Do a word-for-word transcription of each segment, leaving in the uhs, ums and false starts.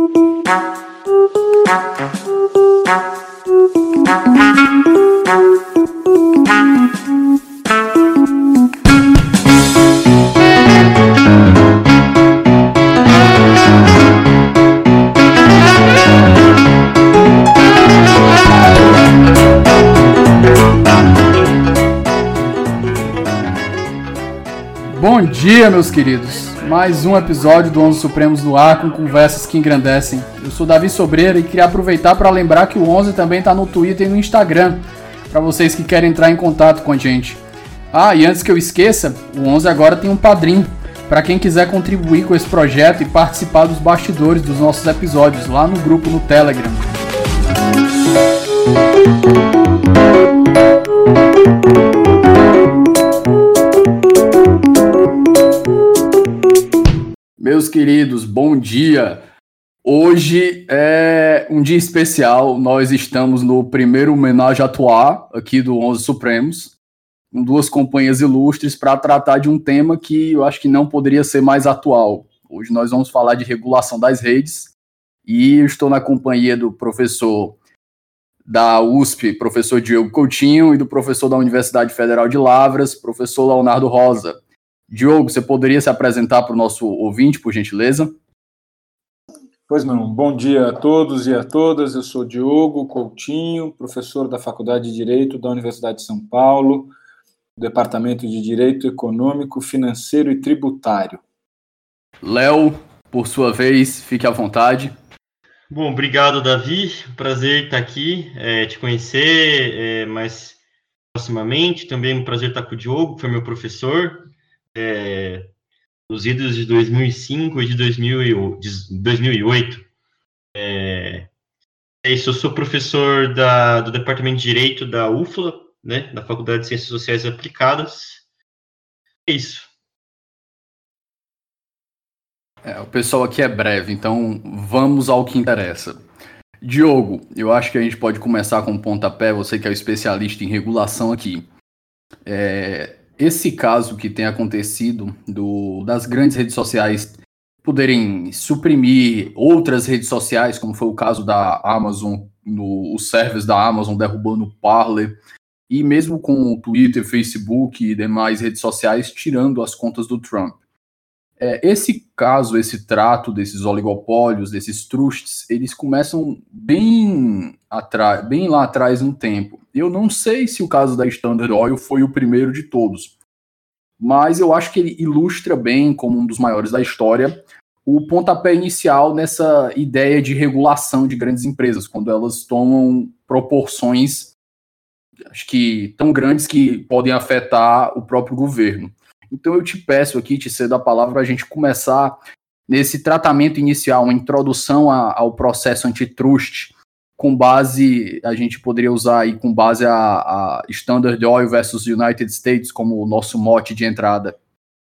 Bom dia, meus queridos. Mais um episódio do onze Supremos no Ar com conversas que engrandecem. Eu sou Davi Sobreira e queria aproveitar para lembrar que o onze também está no Twitter e no Instagram, para vocês que querem entrar em contato com a gente. Ah, e antes que eu esqueça, o onze agora tem um padrinho, para quem quiser contribuir com esse projeto e participar dos bastidores dos nossos episódios, lá no grupo no Telegram. Meus queridos, bom dia! Hoje é um dia especial, nós estamos no primeiro homenagem à trois aqui do onze Supremos, com duas companhias ilustres para tratar de um tema que eu acho que não poderia ser mais atual. Hoje nós vamos falar de regulação das redes e eu estou na companhia do professor da U S P, professor Diogo Coutinho, e do professor da Universidade Federal de Lavras, professor Leonardo Rosa. Diogo, você poderia se apresentar para o nosso ouvinte, por gentileza? Pois não. Bom dia a todos e a todas. Eu sou Diogo Coutinho, professor da Faculdade de Direito da Universidade de São Paulo, Departamento de Direito Econômico, Financeiro e Tributário. Léo, por sua vez, fique à vontade. Bom, obrigado, Davi. Prazer estar aqui, é, te conhecer é, mais proximamente. Também é um prazer estar com o Diogo, que foi meu professor. É, os idos de dois mil e cinco e de dois mil e oito. É, é isso, eu sou professor da, do Departamento de Direito da U F L A, né, da Faculdade de Ciências Sociais Aplicadas. É isso. É, o pessoal aqui é breve, então vamos ao que interessa. Diogo, eu acho que a gente pode começar com um pontapé, você que é o especialista em regulação aqui. É... Esse caso que tem acontecido do, das grandes redes sociais poderem suprimir outras redes sociais, como foi o caso da Amazon, no, os servers da Amazon derrubando o Parler, e mesmo com o Twitter, Facebook e demais redes sociais tirando as contas do Trump. É, esse caso, esse trato desses oligopólios, desses trusts, eles começam bem, atra- bem lá atrás no tempo. Eu não sei se o caso da Standard Oil foi o primeiro de todos, mas eu acho que ele ilustra bem, como um dos maiores da história, o pontapé inicial nessa ideia de regulação de grandes empresas, quando elas tomam proporções, acho que tão grandes que podem afetar o próprio governo. Então eu te peço aqui, te cedo a palavra para a gente começar nesse tratamento inicial, uma introdução a, ao processo antitrust, com base, a gente poderia usar aí com base a, a Standard Oil versus United States como o nosso mote de entrada.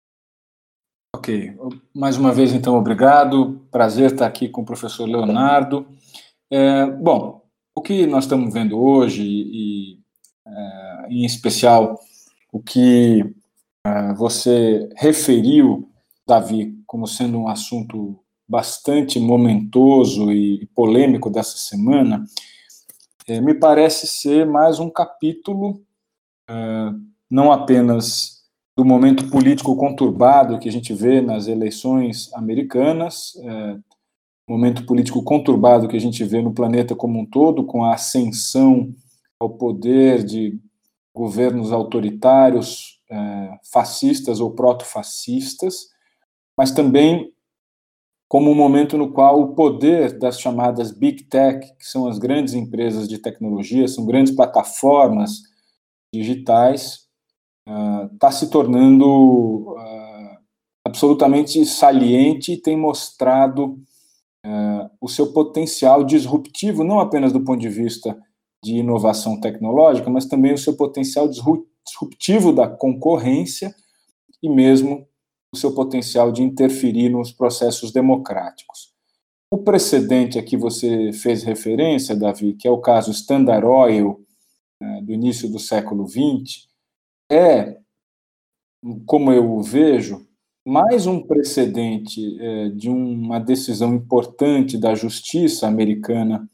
Ok. Mais uma vez, então, obrigado. Prazer estar aqui com o professor Leonardo. É, bom, o que nós estamos vendo hoje, e é, em especial o que é, você referiu, Davi, como sendo um assunto bastante momentoso e polêmico dessa semana, é, me parece ser mais um capítulo, é, não apenas do momento político conturbado que a gente vê nas eleições americanas, é, momento político conturbado que a gente vê no planeta como um todo, com a ascensão ao poder de governos autoritários, é, fascistas ou proto-fascistas, mas também como um momento no qual o poder das chamadas Big Tech, que são as grandes empresas de tecnologia, são grandes plataformas digitais, está uh, se tornando uh, absolutamente saliente e tem mostrado uh, o seu potencial disruptivo, não apenas do ponto de vista de inovação tecnológica, mas também o seu potencial disruptivo da concorrência e mesmo o seu potencial de interferir nos processos democráticos. O precedente a que você fez referência, Davi, que é o caso Standard Oil, né, do início do século vinte, é, como eu o vejo, mais um precedente é, de uma decisão importante da justiça americana,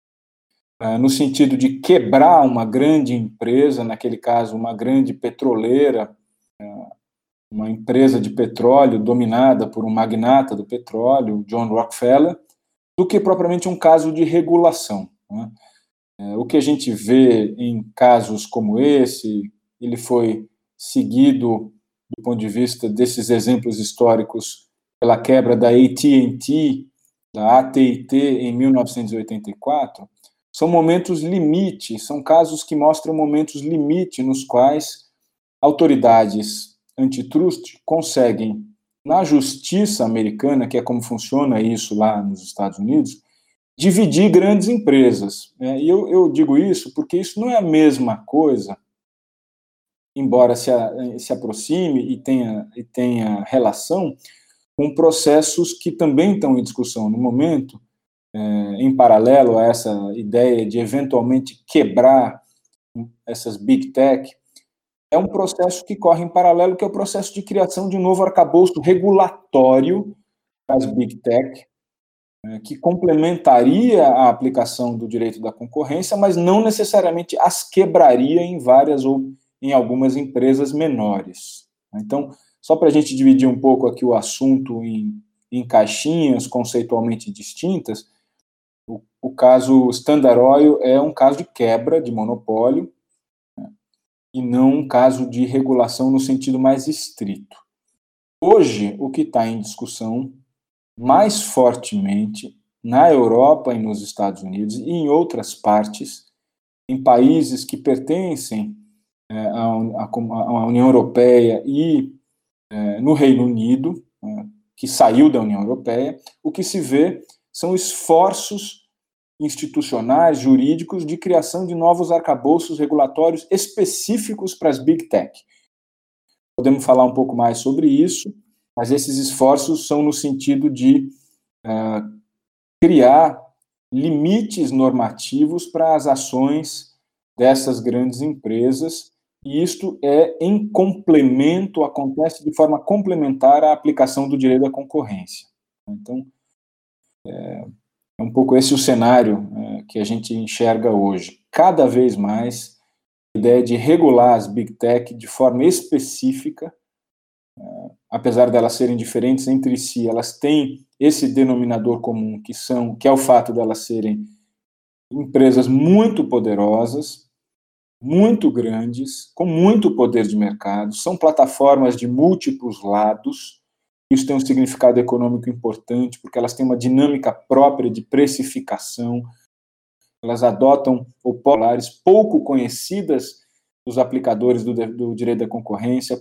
é, no sentido de quebrar uma grande empresa, naquele caso, uma grande petroleira, é, uma empresa de petróleo dominada por um magnata do petróleo, John Rockefeller, do que propriamente um caso de regulação, né? É, o que a gente vê em casos como esse, ele foi seguido, do ponto de vista desses exemplos históricos, pela quebra da A T and T, da A T e T, em mil novecentos e oitenta e quatro, são momentos limite, são casos que mostram momentos limite nos quais autoridades antitrust conseguem, na justiça americana, que é como funciona isso lá nos Estados Unidos, dividir grandes empresas. E eu, eu digo isso porque isso não é a mesma coisa, embora se, a, se aproxime e tenha, e tenha relação com processos que também estão em discussão no momento, é, em paralelo a essa ideia de eventualmente quebrar essas big tech. É um processo que corre em paralelo, que é o processo de criação de um novo arcabouço regulatório para as big tech, né, que complementaria a aplicação do direito da concorrência, mas não necessariamente as quebraria em várias ou em algumas empresas menores. Então, só para a gente dividir um pouco aqui o assunto em, em caixinhas conceitualmente distintas, o, o caso Standard Oil é um caso de quebra de monopólio, né, e não um caso de regulação no sentido mais estrito. Hoje, o que está em discussão mais fortemente na Europa e nos Estados Unidos e em outras partes, em países que pertencem é, à, à União Europeia e é, no Reino Unido, é, que saiu da União Europeia, o que se vê são esforços institucionais, jurídicos, de criação de novos arcabouços regulatórios específicos para as Big Tech. Podemos falar um pouco mais sobre isso, mas esses esforços são no sentido de uh, criar limites normativos para as ações dessas grandes empresas, e isto é em complemento, acontece de forma complementar à aplicação do direito da concorrência. Então, é, é um pouco esse o cenário é, que a gente enxerga hoje. Cada vez mais, a ideia de regular as Big Tech de forma específica, é, apesar de elas serem diferentes entre si, elas têm esse denominador comum, que, são, que é o fato de elas serem empresas muito poderosas, muito grandes, com muito poder de mercado, são plataformas de múltiplos lados. Isso tem um significado econômico importante, porque elas têm uma dinâmica própria de precificação, elas adotam populares pouco conhecidas dos aplicadores do, do direito da concorrência.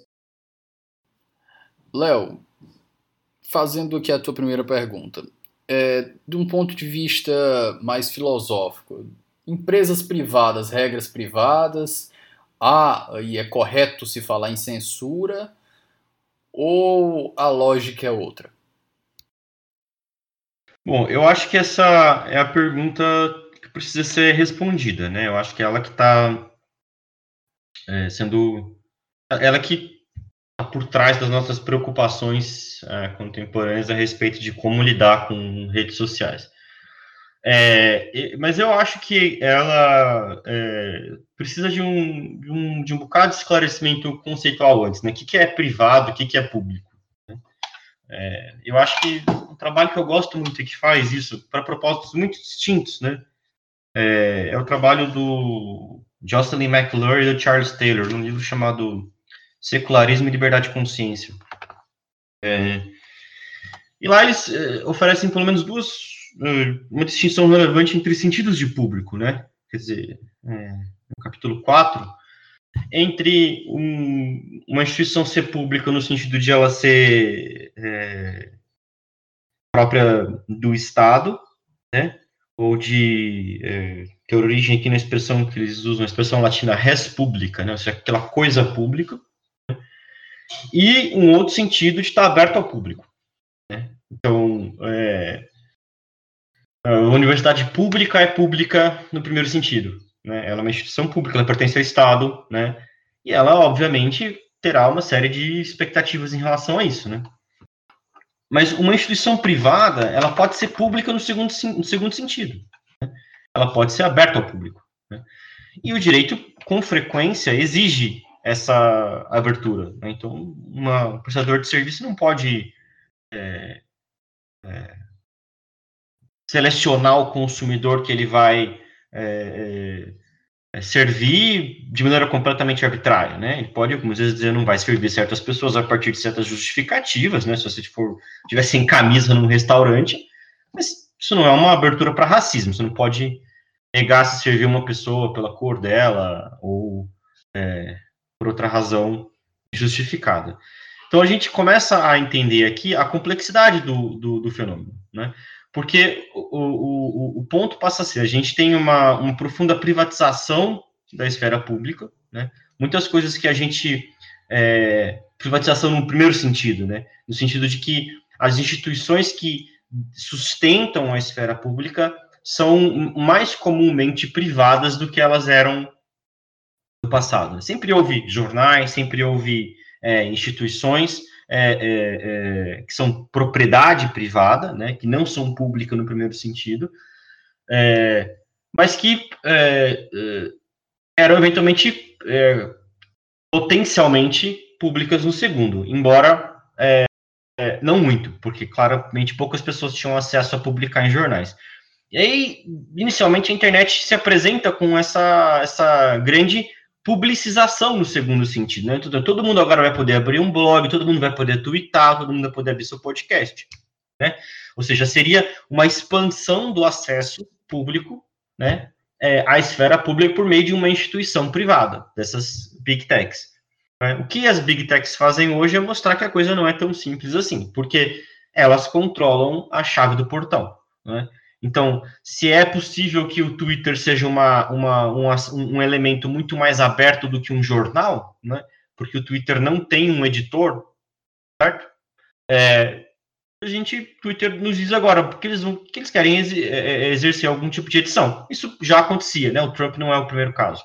Léo, fazendo aqui a tua primeira pergunta, é, de um ponto de vista mais filosófico, empresas privadas, regras privadas, há, e é correto se falar em censura, ou a lógica é outra? Bom, eu acho que essa é a pergunta que precisa ser respondida, né? Eu acho que é ela que está é, sendo... Ela que está por trás das nossas preocupações é, contemporâneas a respeito de como lidar com redes sociais. É, mas eu acho que ela é, precisa de um, de, um, de um bocado de esclarecimento conceitual antes, né? O que, que é privado, o que, que é público, né? É, eu acho que um trabalho que eu gosto muito e que faz isso para propósitos muito distintos, né? É, é o trabalho do Jocelyn McClure e do Charles Taylor, num livro chamado Secularismo e Liberdade de Consciência. É, e lá eles é, oferecem pelo menos duas, uma distinção relevante entre sentidos de público, né? Quer dizer, é, no capítulo quatro, entre um, uma instituição ser pública no sentido de ela ser é, própria do Estado, né? Ou de é, ter origem aqui na expressão que eles usam, a expressão latina res publica, né? Ou seja, aquela coisa pública, né? E um outro sentido de estar aberto ao público, né? Então, é, a universidade pública é pública no primeiro sentido, né? Ela é uma instituição pública, ela pertence ao Estado, né? E ela, obviamente, terá uma série de expectativas em relação a isso, né? Mas uma instituição privada, ela pode ser pública no segundo, no segundo sentido. Né? Ela pode ser aberta ao público. Né? E o direito, com frequência, exige essa abertura. Né? Então, uma, um prestador de serviço não pode é, é, selecionar o consumidor que ele vai é, é, servir de maneira completamente arbitrária, né? Ele pode, algumas vezes, dizer não vai servir certas pessoas a partir de certas justificativas, né? Se você for tiver sem camisa num restaurante, mas isso não é uma abertura para racismo. Você não pode negar se servir uma pessoa pela cor dela ou é, por outra razão justificada. Então a gente começa a entender aqui a complexidade do, do, do fenômeno, né? Porque o, o, o ponto passa a ser, a gente tem uma, uma profunda privatização da esfera pública, né? Muitas coisas que a gente... É, privatização no primeiro sentido, né? No sentido de que as instituições que sustentam a esfera pública são mais comumente privadas do que elas eram no passado. Sempre houve jornais, sempre houve é, instituições É, é, é, que são propriedade privada, né, que não são públicas no primeiro sentido, é, mas que é, é, eram eventualmente é, potencialmente públicas no segundo, embora é, é, não muito, porque claramente poucas pessoas tinham acesso a publicar em jornais. E aí, inicialmente, a internet se apresenta com essa, essa grande publicização no segundo sentido, né? Todo, todo mundo agora vai poder abrir um blog, todo mundo vai poder twittar, todo mundo vai poder abrir seu podcast, né? Ou seja, seria uma expansão do acesso público, né, é, à esfera pública por meio de uma instituição privada, dessas big techs. Né? O que as big techs fazem hoje é mostrar que a coisa não é tão simples assim, porque elas controlam a chave do portão, né? Então, se é possível que o Twitter seja uma, uma, um, um elemento muito mais aberto do que um jornal, né? Porque o Twitter não tem um editor, certo? É, a gente, Twitter nos diz agora que eles, vão, que eles querem ex, é, exercer algum tipo de edição. Isso já acontecia, né? O Trump não é o primeiro caso.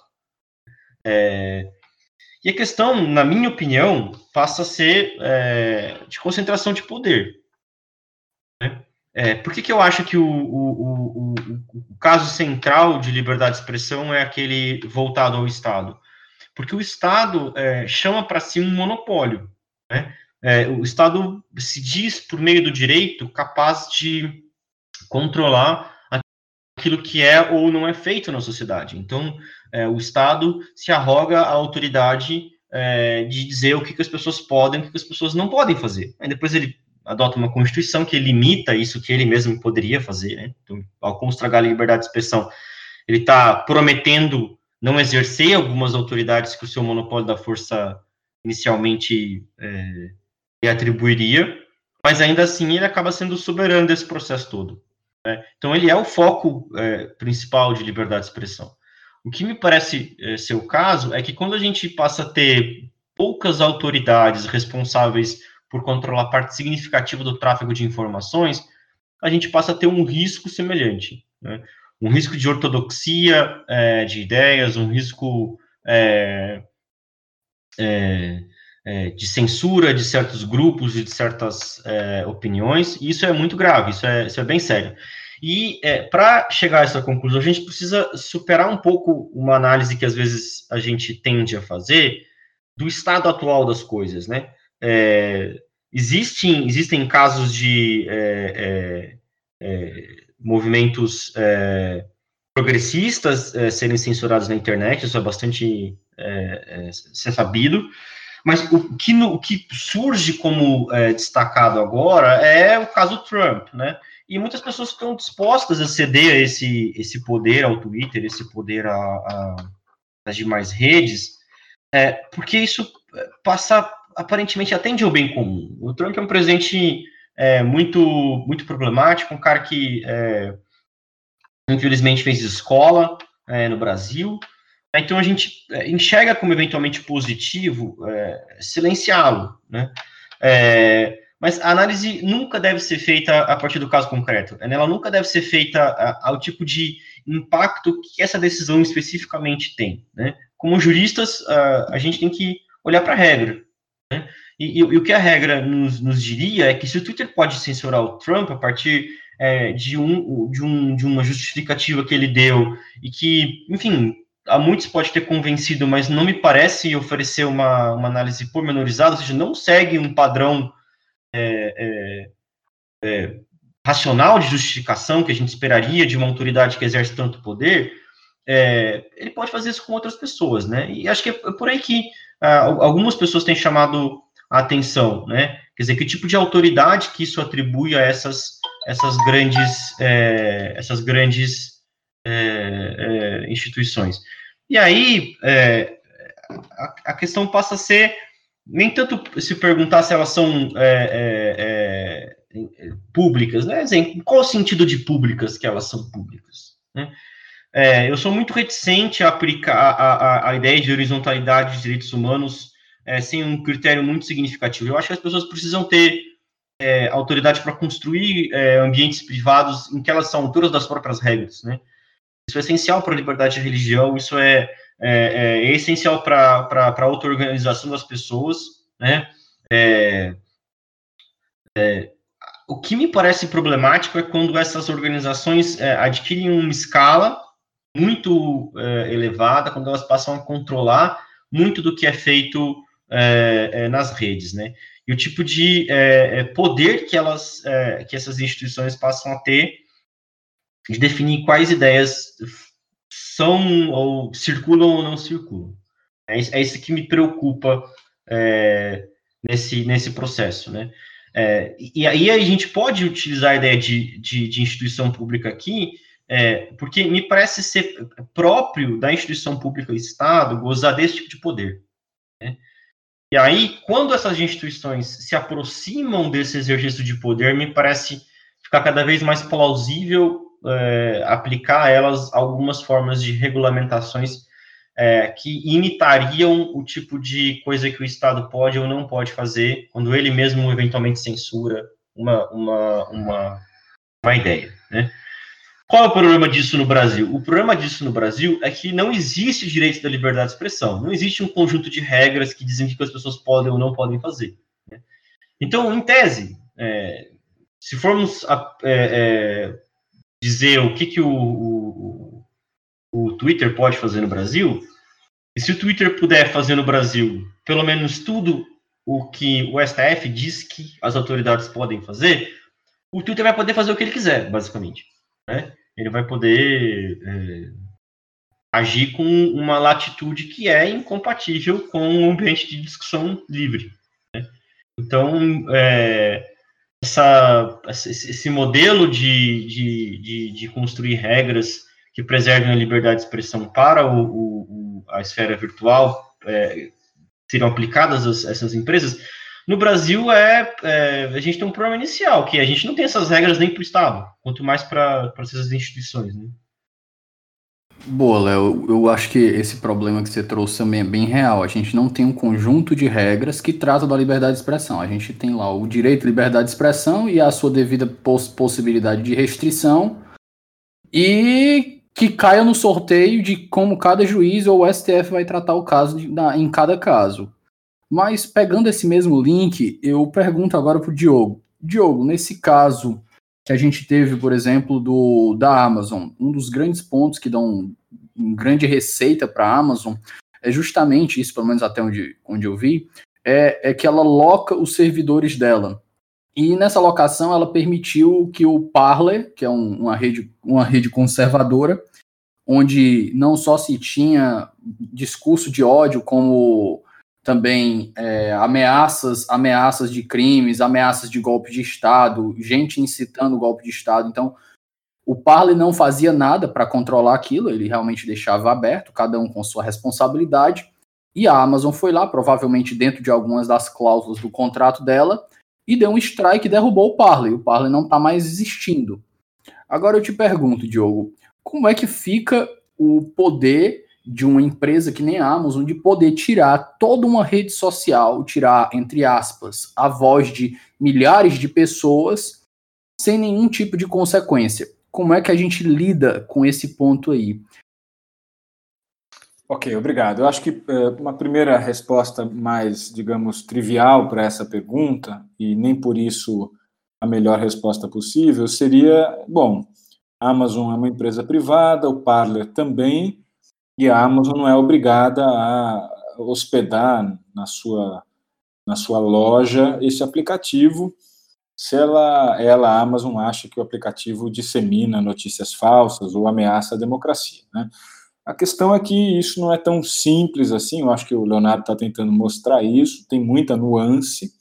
É, e a questão, na minha opinião, passa a ser é, de concentração de poder, né? É, por que, que eu acho que o, o, o, o caso central de liberdade de expressão é aquele voltado ao Estado? Porque o Estado é, chama para si um monopólio, né? É, o Estado se diz, por meio do direito, capaz de controlar aquilo que é ou não é feito na sociedade. Então, é, o Estado se arroga a autoridade é, de dizer o que, que as pessoas podem e o que, que as pessoas não podem fazer. Aí depois ele adota uma Constituição que limita isso que ele mesmo poderia fazer, né? Então, ao constragar a liberdade de expressão, ele está prometendo não exercer algumas autoridades que o seu monopólio da força inicialmente é, lhe atribuiria, mas ainda assim ele acaba sendo soberano desse processo todo, né? Então, ele é o foco é, principal de liberdade de expressão. O que me parece é, ser o caso é que quando a gente passa a ter poucas autoridades responsáveis por controlar parte significativa do tráfego de informações, a gente passa a ter um risco semelhante, né? Um risco de ortodoxia é, de ideias, um risco é, é, é, de censura de certos grupos e de certas é, opiniões, e isso é muito grave, isso é, isso é bem sério. E é, para chegar a essa conclusão, a gente precisa superar um pouco uma análise que às vezes a gente tende a fazer do estado atual das coisas, né? É, existem, existem casos de é, é, é, movimentos é, progressistas é, serem censurados na internet, isso é bastante é, é, ser sabido, mas o que, no, o que surge como é, destacado agora é o caso Trump, né? E muitas pessoas estão dispostas a ceder esse, esse poder ao Twitter, esse poder às demais redes, é, porque isso passa, aparentemente, atende ao bem comum. O Trump é um presidente é, muito, muito problemático, um cara que, é, infelizmente, fez escola é, no Brasil. Então, a gente enxerga como eventualmente positivo é, silenciá-lo, né? É, mas a análise nunca deve ser feita a partir do caso concreto. Ela nunca deve ser feita ao tipo de impacto que essa decisão especificamente tem, né? Como juristas, a gente tem que olhar para a regra. né? E, e, e o que a regra nos, nos diria é que se o Twitter pode censurar o Trump a partir é, de, um, de, um, de uma justificativa que ele deu, e que, enfim, a muitos pode ter convencido, mas não me parece oferecer uma, uma análise pormenorizada, ou seja, não segue um padrão é, é, é, racional de justificação que a gente esperaria de uma autoridade que exerce tanto poder, é, ele pode fazer isso com outras pessoas, né? E acho que é por aí que ah, algumas pessoas têm chamado a atenção, né? Quer dizer, que tipo de autoridade que isso atribui a essas, essas grandes, é, essas grandes é, é, instituições. E aí, é, a, a questão passa a ser nem tanto se perguntar se elas são é, é, é, públicas, né? Em qual o sentido de públicas que elas são públicas, né? É, eu sou muito reticente a aplicar a, a, a ideia de horizontalidade de direitos humanos é, sem um critério muito significativo. Eu acho que as pessoas precisam ter é, autoridade para construir é, ambientes privados em que elas são autoras das próprias regras, né? Isso é essencial para a liberdade de religião, isso é, é, é essencial para a auto-organização das pessoas, né? É, é, o que me parece problemático é quando essas organizações é, adquirem uma escala muito é, elevada, quando elas passam a controlar muito do que é feito é, é, nas redes, né? E o tipo de é, poder que elas, é, que essas instituições passam a ter de definir quais ideias são ou circulam ou não circulam. É, é isso que me preocupa é, nesse, nesse processo, né? É, e aí a gente pode utilizar a ideia de, de, de instituição pública aqui, é, porque me parece ser próprio da instituição pública e Estado gozar desse tipo de poder, né? E aí, quando essas instituições se aproximam desse exercício de poder, me parece ficar cada vez mais plausível é, aplicar a elas algumas formas de regulamentações é, que imitariam o tipo de coisa que o Estado pode ou não pode fazer quando ele mesmo eventualmente censura uma, uma, uma, uma ideia, né? Qual é o problema disso no Brasil? O problema disso no Brasil é que não existe direito da liberdade de expressão, não existe um conjunto de regras que dizem o que as pessoas podem ou não podem fazer, né? Então, em tese, é, se formos a, é, é, dizer o que, que o, o, o Twitter pode fazer no Brasil, e se o Twitter puder fazer no Brasil pelo menos tudo o que o S T F diz que as autoridades podem fazer, o Twitter vai poder fazer o que ele quiser, basicamente, né? Ele vai poder é, agir com uma latitude que é incompatível com um ambiente de discussão livre, né? Então, é, essa, esse modelo de, de, de, de construir regras que preservem a liberdade de expressão para o, o, a esfera virtual é, serão aplicadas a essas empresas, no Brasil é, é, a gente tem um problema inicial, que a gente não tem essas regras nem para o Estado, quanto mais para essas instituições, né? Boa, Léo, eu acho que esse problema que você trouxe também é bem real. A gente não tem um conjunto de regras que tratam da liberdade de expressão. A gente tem lá o direito à liberdade de expressão e a sua devida poss- possibilidade de restrição, e que caia no sorteio de como cada juiz ou o S T F vai tratar o caso de, na, em cada caso. Mas pegando esse mesmo link, eu pergunto agora para o Diogo. Diogo, nesse caso que a gente teve, por exemplo, do, da Amazon, um dos grandes pontos que dão um, grande receita para a Amazon é justamente isso, pelo menos até onde, onde eu vi, é, é que ela loca os servidores dela. E nessa locação ela permitiu que o Parler, que é um, uma, rede, uma rede conservadora, onde não só se tinha discurso de ódio, como também é, ameaças, ameaças de crimes, ameaças de golpe de Estado, gente incitando o golpe de Estado. Então, o Parler não fazia nada para controlar aquilo, ele realmente deixava aberto, cada um com sua responsabilidade, e a Amazon foi lá, provavelmente dentro de algumas das cláusulas do contrato dela, e deu um strike e derrubou o Parler. O Parler não está mais existindo. Agora eu te pergunto, Diogo, como é que fica o poder de uma empresa que nem a Amazon de poder tirar toda uma rede social, tirar, entre aspas, a voz de milhares de pessoas sem nenhum tipo de consequência? Como é que a gente lida com esse ponto aí? Ok, obrigado. Eu acho que é, uma primeira resposta mais, digamos, trivial para essa pergunta, e nem por isso a melhor resposta possível, seria, bom, a Amazon é uma empresa privada, o Parler também, e a Amazon não é obrigada a hospedar na sua, na sua loja esse aplicativo, se ela, ela, a Amazon, acha que o aplicativo dissemina notícias falsas ou ameaça a democracia, né? A questão é que isso não é tão simples assim, eu acho que o Leonardo está tentando mostrar isso, tem muita nuance,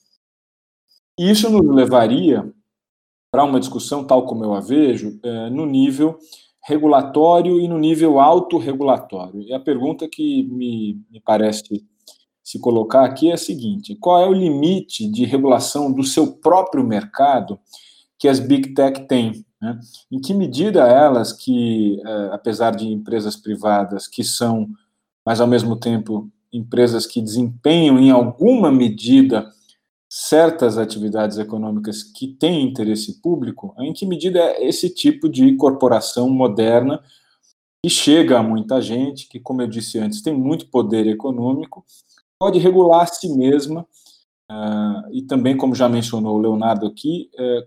e isso nos levaria para uma discussão, tal como eu a vejo, é, no nível regulatório e no nível autorregulatório. E a pergunta que me, me parece se colocar aqui é a seguinte: qual é o limite de regulação do seu próprio mercado que as Big Tech têm? Né? Em que medida elas, que, é, apesar de empresas privadas que são, mas ao mesmo tempo empresas que desempenham em alguma medida certas atividades econômicas que têm interesse público, em que medida é esse tipo de corporação moderna que chega a muita gente, que, como eu disse antes, tem muito poder econômico, pode regular a si mesma, uh, e também, como já mencionou o Leonardo aqui, uh,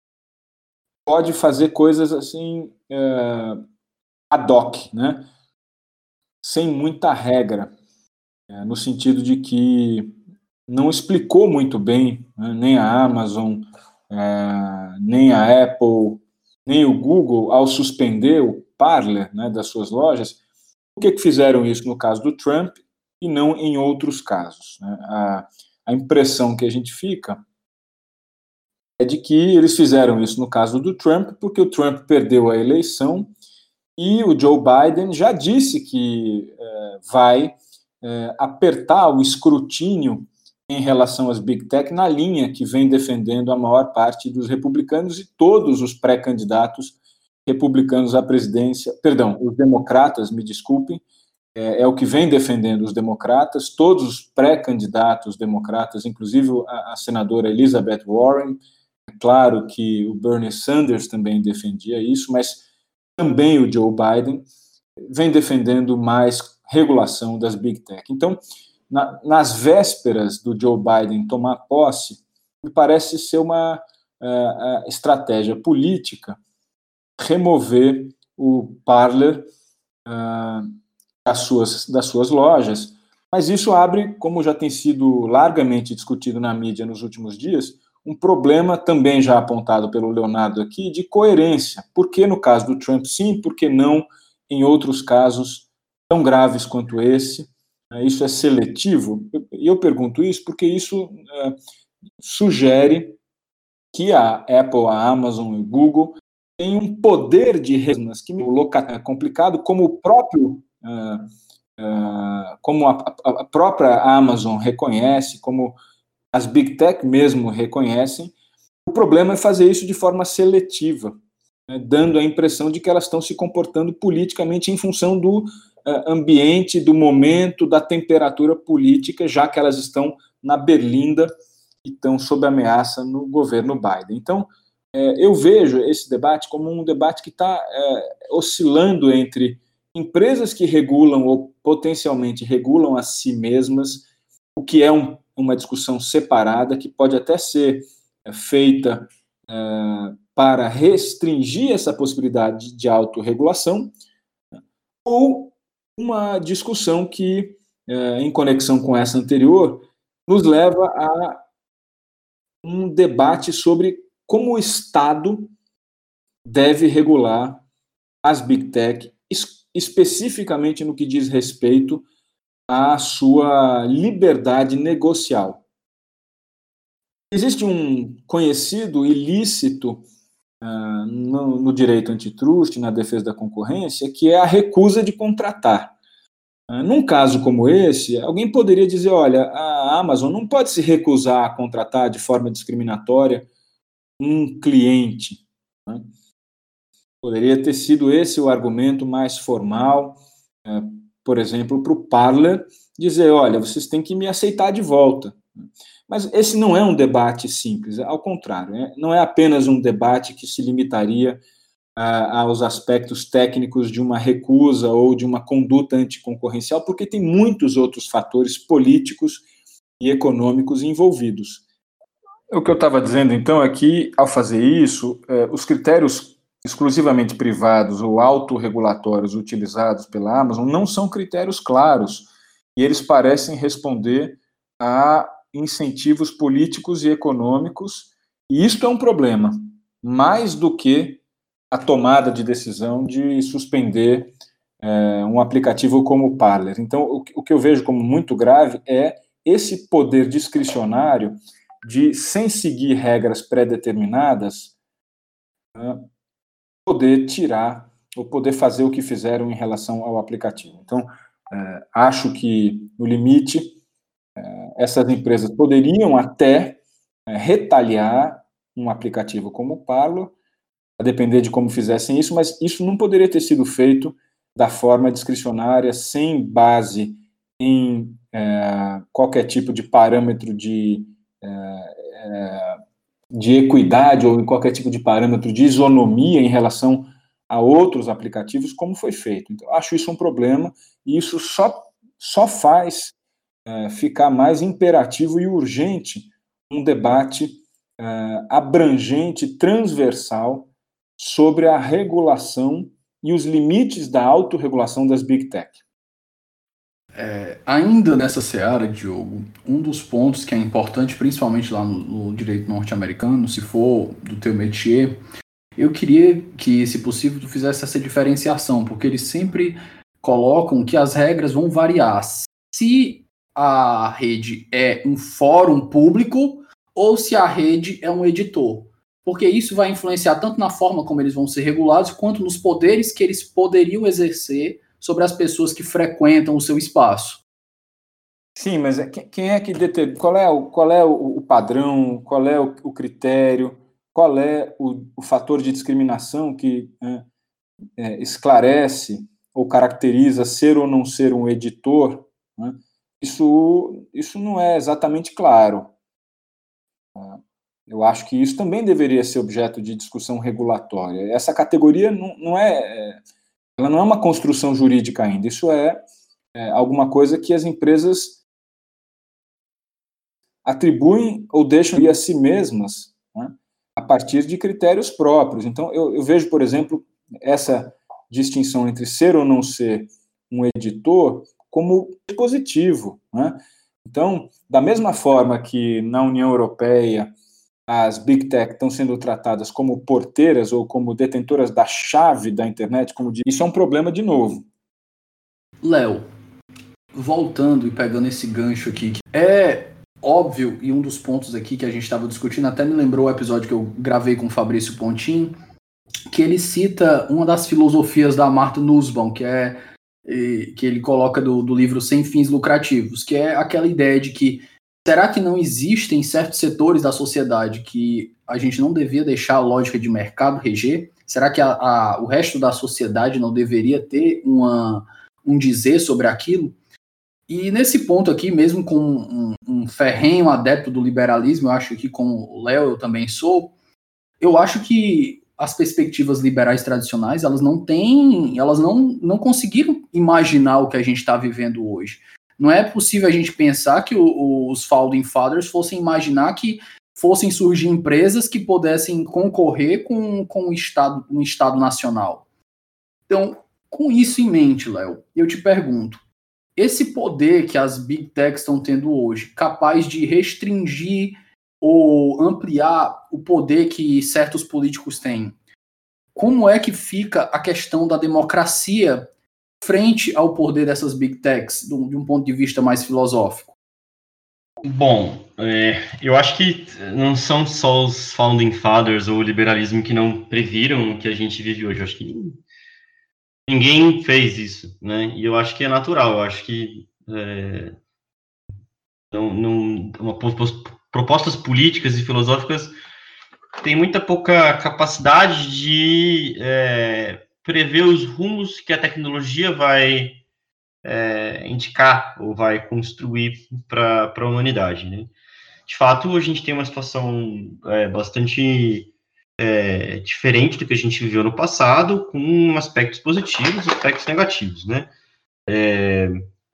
pode fazer coisas assim, uh, ad hoc, né? Sem muita regra, uh, no sentido de que não explicou muito bem, né, nem a Amazon, uh, nem a Apple, nem o Google, ao suspender o Parler, né, das suas lojas, por que que fizeram isso no caso do Trump e não em outros casos, né? A, a impressão que a gente fica é de que eles fizeram isso no caso do Trump porque o Trump perdeu a eleição e o Joe Biden já disse que é, vai é, apertar o escrutínio em relação às Big Tech na linha que vem defendendo a maior parte dos republicanos e todos os pré-candidatos republicanos à presidência, perdão, os democratas, me desculpem, é, é o que vem defendendo os democratas, todos os pré-candidatos democratas, inclusive a, a senadora Elizabeth Warren. É claro que o Bernie Sanders também defendia isso, mas também o Joe Biden vem defendendo mais regulação das Big Tech. Então, na, nas vésperas do Joe Biden tomar posse, me parece ser uma uh, estratégia política remover o Parler uh, das, suas, das suas lojas, mas isso abre, como já tem sido largamente discutido na mídia nos últimos dias, um problema também já apontado pelo Leonardo aqui, de coerência. Por que no caso do Trump sim, por que não em outros casos tão graves quanto esse? Isso é seletivo? E eu pergunto isso porque isso uh, sugere que a Apple, a Amazon e o Google têm um poder de regras que é complicado, como o próprio uh, uh, como a, a própria Amazon reconhece, como as Big Tech mesmo reconhecem. O problema é fazer isso de forma seletiva, né, dando a impressão de que elas estão se comportando politicamente em função do uh, ambiente, do momento, da temperatura política, já que elas estão na berlinda e estão sob ameaça no governo Biden. Então, é, eu vejo esse debate como um debate que está é, oscilando entre empresas que regulam ou potencialmente regulam a si mesmas, o que é um, uma discussão separada, que pode até ser é, feita é, para restringir essa possibilidade de autorregulação, ou uma discussão que, é, em conexão com essa anterior, nos leva a um debate sobre como o Estado deve regular as Big Tech, especificamente no que diz respeito à sua liberdade negocial. Existe um conhecido ilícito uh, no, no direito antitruste, na defesa da concorrência, que é a recusa de contratar. Uh, num caso como esse, alguém poderia dizer, olha, a Amazon não pode se recusar a contratar de forma discriminatória um cliente, né? Poderia ter sido esse o argumento mais formal, é, por exemplo, para o Parler dizer, olha, vocês têm que me aceitar de volta. Mas esse não é um debate simples, ao contrário, é, não é apenas um debate que se limitaria a, aos aspectos técnicos de uma recusa ou de uma conduta anticoncorrencial, porque tem muitos outros fatores políticos e econômicos envolvidos. O que eu estava dizendo, então, é que, ao fazer isso, eh, os critérios exclusivamente privados ou autorregulatórios utilizados pela Amazon não são critérios claros, e eles parecem responder a incentivos políticos e econômicos, e isto é um problema, mais do que a tomada de decisão de suspender é, um aplicativo como o Parler. Então, o, o que eu vejo como muito grave é esse poder discricionário de, sem seguir regras pré-determinadas, né, poder tirar ou poder fazer o que fizeram em relação ao aplicativo. Então, é, acho que, no limite, é, essas empresas poderiam até é, retaliar um aplicativo como o Parler, a depender de como fizessem isso, mas isso não poderia ter sido feito da forma discricionária, sem base em é, qualquer tipo de parâmetro de, é, é, de equidade ou em qualquer tipo de parâmetro de isonomia em relação a outros aplicativos, como foi feito. Então, acho isso um problema, e isso só, só faz é, ficar mais imperativo e urgente um debate é, abrangente, transversal, sobre a regulação e os limites da autorregulação das Big Tech. É, ainda nessa seara, Diogo, um dos pontos que é importante, principalmente lá no, no direito norte-americano, se for do teu métier, eu queria que, se possível, tu fizesse essa diferenciação, porque eles sempre colocam que as regras vão variar. Se a rede é um fórum público ou se a rede é um editor. Porque isso vai influenciar tanto na forma como eles vão ser regulados, quanto nos poderes que eles poderiam exercer sobre as pessoas que frequentam o seu espaço. Sim, mas quem é que determina? Qual é o, qual é o padrão? Qual é o, o critério? Qual é o, o fator de discriminação que é, é, esclarece ou caracteriza ser ou não ser um editor? Né? Isso, isso não é exatamente claro. Eu acho que isso também deveria ser objeto de discussão regulatória. Essa categoria não, não é, ela não é uma construção jurídica ainda. Isso é, é alguma coisa que as empresas atribuem ou deixam a si mesmas, né, a partir de critérios próprios. Então, eu, eu vejo, por exemplo, essa distinção entre ser ou não ser um editor como positivo, né? Então, da mesma forma que na União Europeia as Big Tech estão sendo tratadas como porteiras ou como detentoras da chave da internet, como diz, isso é um problema de novo. Léo, voltando e pegando esse gancho aqui, é óbvio, e um dos pontos aqui que a gente estava discutindo, até me lembrou o episódio que eu gravei com o Fabrício Pontin, que ele cita uma das filosofias da Martha Nussbaum, que é que ele coloca do, do livro Sem Fins Lucrativos, que é aquela ideia de que será que não existem certos setores da sociedade que a gente não devia deixar a lógica de mercado reger? Será que a, a, o resto da sociedade não deveria ter uma, um dizer sobre aquilo? E nesse ponto aqui, mesmo com um, um ferrenho adepto do liberalismo, eu acho que como o Léo eu também sou, eu acho que as perspectivas liberais tradicionais, elas não têm, elas não, não conseguiram imaginar o que a gente está vivendo hoje. Não é possível a gente pensar que o, os Founding Fathers fossem imaginar que fossem surgir empresas que pudessem concorrer com, com o Estado, um Estado nacional. Então, com isso em mente, Léo, eu te pergunto, esse poder que as Big Techs estão tendo hoje, capaz de restringir ou ampliar o poder que certos políticos têm, como é que fica a questão da democracia frente ao poder dessas Big Techs, de um ponto de vista mais filosófico? Bom, é, eu acho que não são só os Founding Fathers ou o liberalismo que não previram o que a gente vive hoje. Eu acho que ninguém fez isso, né? E eu acho que é natural. Eu acho que é, não, não, uma, propostas políticas e filosóficas têm muita pouca capacidade de é, prever os rumos que a tecnologia vai é, indicar ou vai construir para a humanidade, né? De fato, a gente tem uma situação é, bastante é, diferente do que a gente viveu no passado, com aspectos positivos e aspectos negativos, né? É,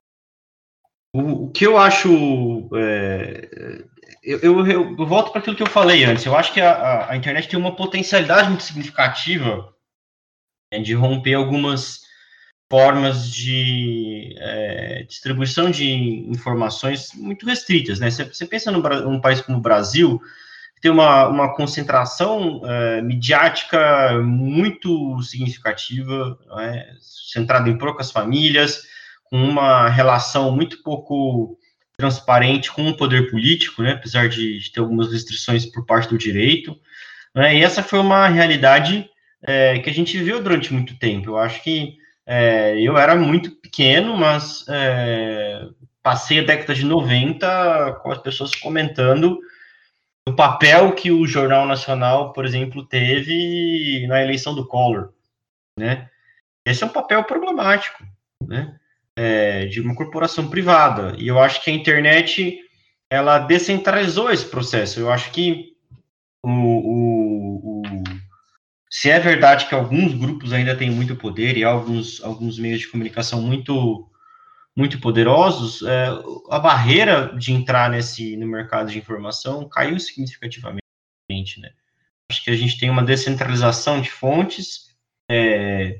o, o que eu acho... É, eu, eu, eu, eu volto para aquilo que eu falei antes. Eu acho que a, a internet tem uma potencialidade muito significativa, né, de romper algumas formas de é, distribuição de informações muito restritas, né? Você, você pensa num, num país como o Brasil, que tem uma, uma concentração é, midiática muito significativa, né? Centrada em poucas famílias, com uma relação muito pouco transparente com o poder político, né? Apesar de, de ter algumas restrições por parte do direito, né? E essa foi uma realidade é, que a gente viveu durante muito tempo. Eu acho que É, eu era muito pequeno, mas é, passei a década de noventa com as pessoas comentando o papel que o Jornal Nacional, por exemplo, teve na eleição do Collor, né? Esse é um papel problemático, né? É, de uma corporação privada. E eu acho que a internet, ela descentralizou esse processo. Eu acho que o, o, o se é verdade que alguns grupos ainda têm muito poder e alguns, alguns meios de comunicação muito, muito poderosos, é, a barreira de entrar nesse, no mercado de informação caiu significativamente, né? Acho que a gente tem uma descentralização de fontes é,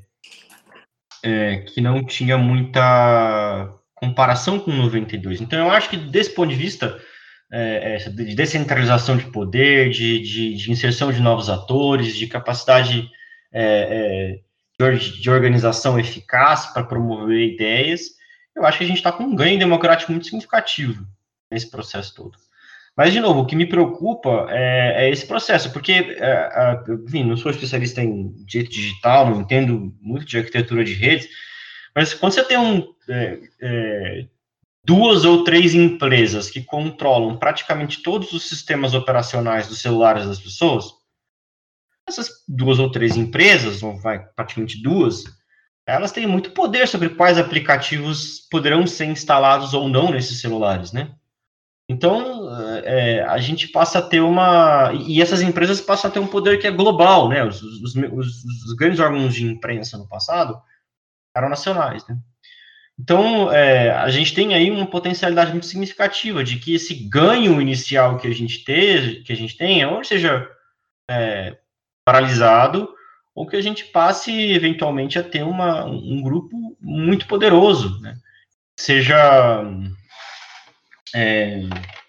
é, que não tinha muita comparação com noventa e dois. Então, eu acho que, desse ponto de vista, é, de descentralização de poder, de, de, de inserção de novos atores, de capacidade é, é, de, de organização eficaz para promover ideias, eu acho que a gente está com um ganho democrático muito significativo nesse processo todo. Mas, de novo, o que me preocupa é, é esse processo, porque, é, é, enfim, não sou especialista em direito digital, não entendo muito de arquitetura de redes, mas quando você tem um, é, é, duas ou três empresas que controlam praticamente todos os sistemas operacionais dos celulares das pessoas, essas duas ou três empresas, ou vai, praticamente duas, elas têm muito poder sobre quais aplicativos poderão ser instalados ou não nesses celulares, né? Então, é, a gente passa a ter uma... E essas empresas passam a ter um poder que é global, né? Os, os, os, os grandes órgãos de imprensa no passado eram nacionais, né? Então, é, a gente tem aí uma potencialidade muito significativa de que esse ganho inicial que a gente, ter, que a gente tem, ou seja, é, paralisado, ou que a gente passe, eventualmente, a ter uma, um grupo muito poderoso, né? Seja... É,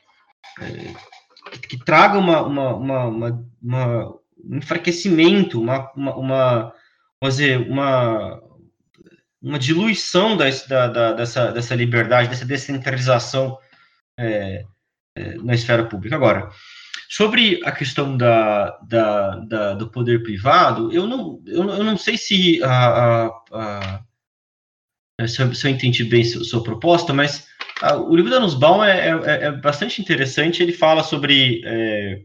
é, que, que traga uma, uma, uma, uma, uma um enfraquecimento, uma, uma, uma, vamos dizer, uma, uma diluição das, da, da, dessa, dessa liberdade, dessa descentralização é, é, na esfera pública. Agora, sobre a questão da, da, da, do poder privado, eu não, eu, eu não sei se, a, a, a, se, eu, se eu entendi bem a sua proposta, mas a, o livro da Nussbaum é, é, é bastante interessante. Ele fala sobre é,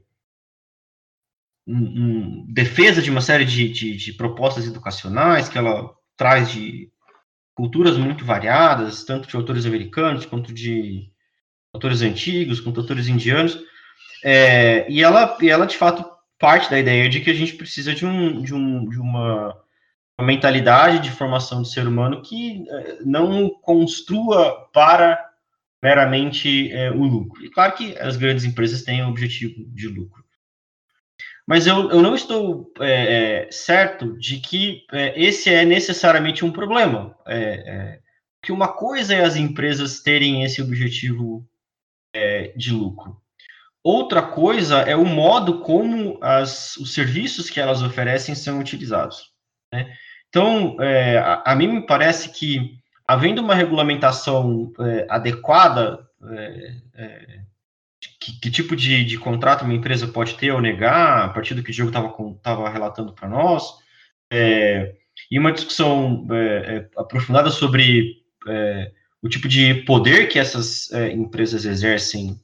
um, um, defesa de uma série de, de, de propostas educacionais que ela traz de culturas muito variadas, tanto de autores americanos, quanto de autores antigos, quanto autores indianos, é, e, ela, e ela, de fato, parte da ideia de que a gente precisa de, um, de, um, de uma, uma mentalidade de formação do ser humano que é, não construa para meramente é, o lucro. E claro que as grandes empresas têm o objetivo de lucro. Mas eu, eu não estou é, é, certo de que é, esse é necessariamente um problema. É, é, que uma coisa é as empresas terem esse objetivo é, de lucro. Outra coisa é o modo como as, os serviços que elas oferecem são utilizados, né? Então, é, a, a mim me parece que, havendo uma regulamentação é, adequada, é, é, Que, que tipo de, de contrato uma empresa pode ter ou negar, a partir do que o Diogo estava relatando para nós, é, e uma discussão é, é, aprofundada sobre é, o tipo de poder que essas é, empresas exercem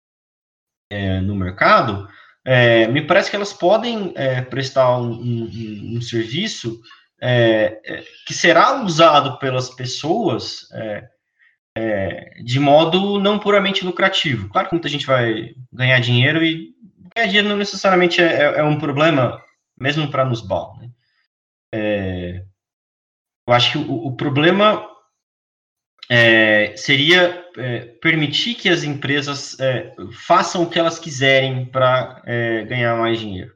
é, no mercado, é, me parece que elas podem é, prestar um, um, um serviço é, é, que será usado pelas pessoas é, É, de modo não puramente lucrativo. Claro que muita gente vai ganhar dinheiro, e ganhar dinheiro não necessariamente é, é um problema mesmo para Nussbaum, né? É, eu acho que o, o problema é, seria é, permitir que as empresas é, façam o que elas quiserem para é, ganhar mais dinheiro.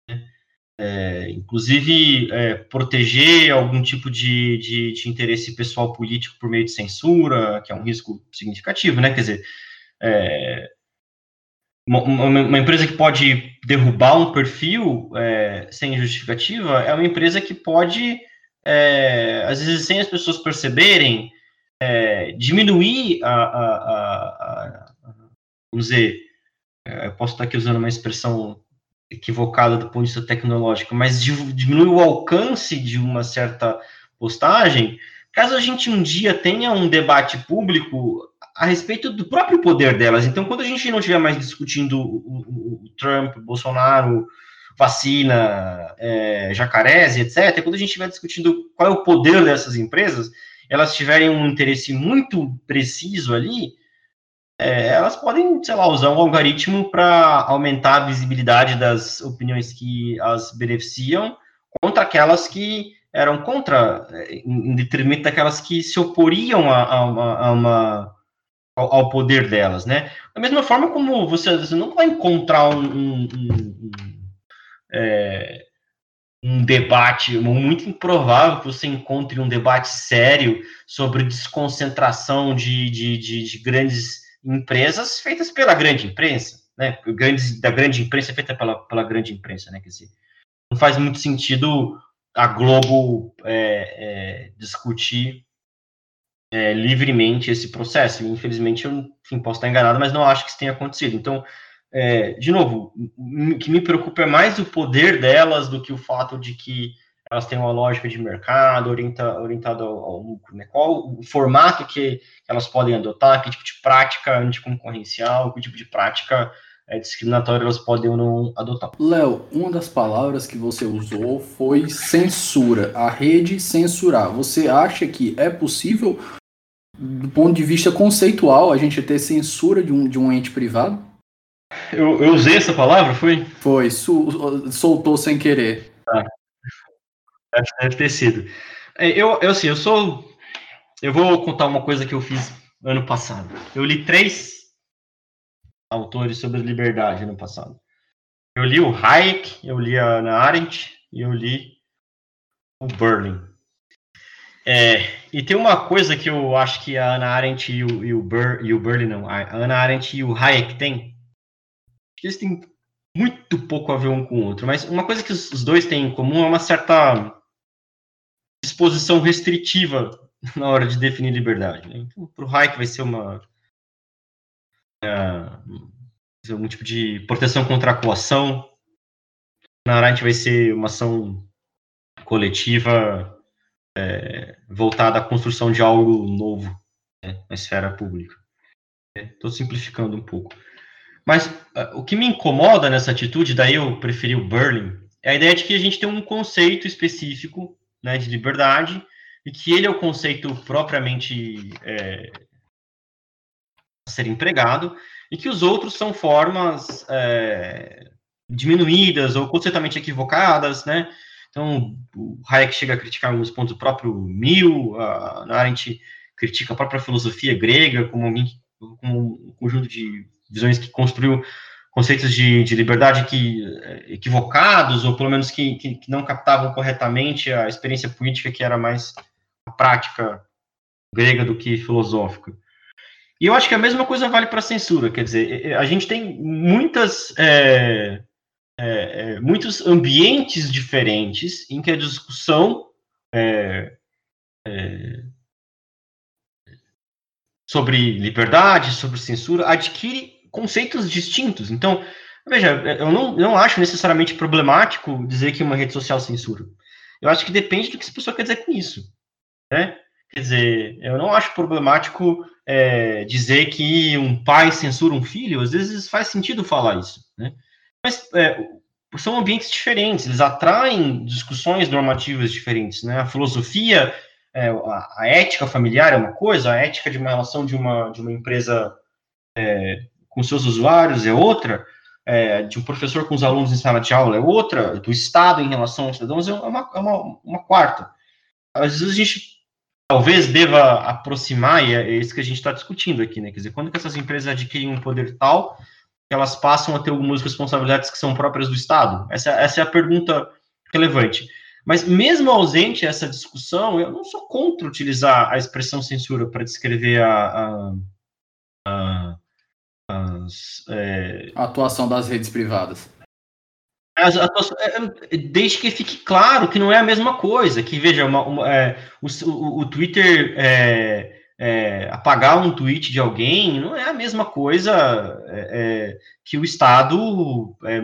É, inclusive, é, proteger algum tipo de, de, de interesse pessoal político por meio de censura, que é um risco significativo, né? Quer dizer, é, uma, uma, empresa que pode derrubar um perfil é, sem justificativa é uma empresa que pode, é, às vezes, sem as pessoas perceberem, é, diminuir a, a, a, a, vamos dizer, é, eu posso estar aqui usando uma expressão equivocada do ponto de vista tecnológico, mas diminui o alcance de uma certa postagem, caso a gente um dia tenha um debate público a respeito do próprio poder delas. Então, quando a gente não estiver mais discutindo o, o, o Trump, o Bolsonaro, vacina, é, jacarés, etcétera, quando a gente estiver discutindo qual é o poder dessas empresas, elas tiverem um interesse muito preciso ali, É, elas podem, sei lá, usar um algoritmo para aumentar a visibilidade das opiniões que as beneficiam contra aquelas que eram contra, em detrimento daquelas que se oporiam a, a uma, a uma, ao, ao poder delas, né? Da mesma forma como você, você não vai encontrar um, um, um, é, um debate, muito improvável que você encontre um debate sério sobre desconcentração de, de, de, de grandes empresas feitas pela grande imprensa, né? Grandes, da grande imprensa feita pela, pela grande imprensa, né? Quer dizer, não faz muito sentido a Globo é, é, discutir é, livremente esse processo. Infelizmente, eu enfim, posso estar enganado, mas não acho que isso tenha acontecido. Então, é, de novo, o que me preocupa é mais o poder delas do que o fato de que elas têm uma lógica de mercado orienta, orientada ao, ao lucro, né? Qual o formato que elas podem adotar, que tipo de prática anticoncorrencial, que tipo de prática é, discriminatória elas podem ou não adotar. Léo, uma das palavras que você usou foi censura, a rede censurar. Você acha que é possível, do ponto de vista conceitual, a gente ter censura de um, de um ente privado? Eu, eu usei essa palavra, foi? Foi, su, soltou sem querer. Ah. Acho que deve ter sido. Eu, eu, assim, eu sou... Eu vou contar uma coisa que eu fiz ano passado. Eu li três autores sobre liberdade ano passado. Eu li o Hayek, eu li a Hannah Arendt e eu li o Berlin. É, e tem uma coisa que eu acho que a Hannah Arendt e o, e o, Ber, e o Berlin, não, a Hannah Arendt e o Hayek têm, eles têm muito pouco a ver um com o outro, mas uma coisa que os dois têm em comum é uma certa disposição restritiva na hora de definir liberdade. Né? Então, para o Hayek vai ser uma uh, um tipo de proteção contra a coação. Na Arendt vai ser uma ação coletiva é, voltada à construção de algo novo, né, na esfera pública. Estou é, simplificando um pouco. Mas uh, o que me incomoda nessa atitude, daí eu preferi o Berlin, é a ideia de que a gente tem um conceito específico, né, de liberdade, e que ele é o conceito propriamente é, a ser empregado, e que os outros são formas é, diminuídas ou conceitualmente equivocadas, né? Então, o Hayek chega a criticar alguns pontos do próprio Mill, a Arendt critica a própria filosofia grega como, como um conjunto de visões que construiu conceitos de, de liberdade que, equivocados, ou pelo menos que, que, que não captavam corretamente a experiência política, que era mais a prática grega do que filosófica. E eu acho que a mesma coisa vale para a censura, quer dizer, a gente tem muitas, é, é, muitos ambientes diferentes em que a discussão é, é, sobre liberdade, sobre censura, adquire conceitos distintos. Então, veja, eu não, não acho necessariamente problemático dizer que uma rede social censura. Eu acho que depende do que essa pessoa quer dizer com isso, né? Quer dizer, eu não acho problemático é, dizer que um pai censura um filho, às vezes faz sentido falar isso, né? Mas é, são ambientes diferentes, eles atraem discussões normativas diferentes, né? A filosofia, é, a, a ética familiar é uma coisa, a ética de uma relação de uma, de uma empresa é, com seus usuários é outra, é, de um professor com os alunos em sala de aula é outra, do Estado em relação aos cidadãos é uma, é uma, uma quarta. Às vezes a gente talvez deva aproximar, e é isso que a gente está discutindo aqui, né? Quer dizer, quando que essas empresas adquirem um poder tal que elas passam a ter algumas responsabilidades que são próprias do Estado? Essa, essa é a pergunta relevante. Mas mesmo ausente essa discussão, eu não sou contra utilizar a expressão censura para descrever a, a, a, as, é... a atuação das redes privadas. As, atuação, desde que fique claro que não é a mesma coisa, que, veja, uma, uma, é, o, o, o Twitter é, é, apagar um tweet de alguém não é a mesma coisa é, que o Estado é,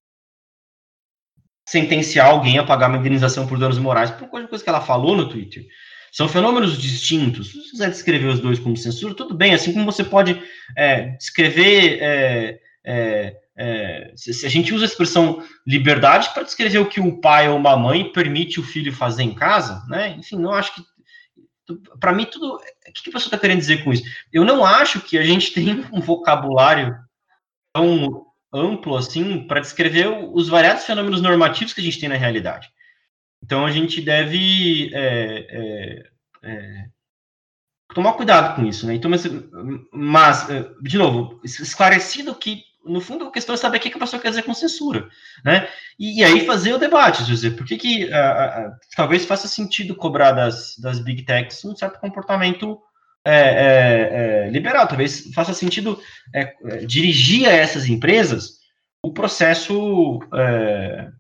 sentenciar alguém a pagar uma indenização por danos morais por coisa, coisa que ela falou no Twitter. São fenômenos distintos. Se você quiser descrever os dois como censura, tudo bem, assim como você pode é, descrever... É, é, é, se, se a gente usa a expressão liberdade para descrever o que um pai ou uma mãe permite o filho fazer em casa, né? Enfim, não acho que... Para mim, tudo... O que a pessoa está querendo dizer com isso? Eu não acho que a gente tem um vocabulário tão amplo assim para descrever os variados fenômenos normativos que a gente tem na realidade. Então a gente deve é, é, é, tomar cuidado com isso, né? Então, mas, mas, de novo, esclarecido que no fundo a questão é saber o que a pessoa quer dizer com censura, né? E, e aí fazer o debate, dizer, por que que uh, uh, talvez faça sentido cobrar das, das big techs um certo comportamento É, é, é, liberal, talvez faça sentido é, é, dirigir a essas empresas o processo é,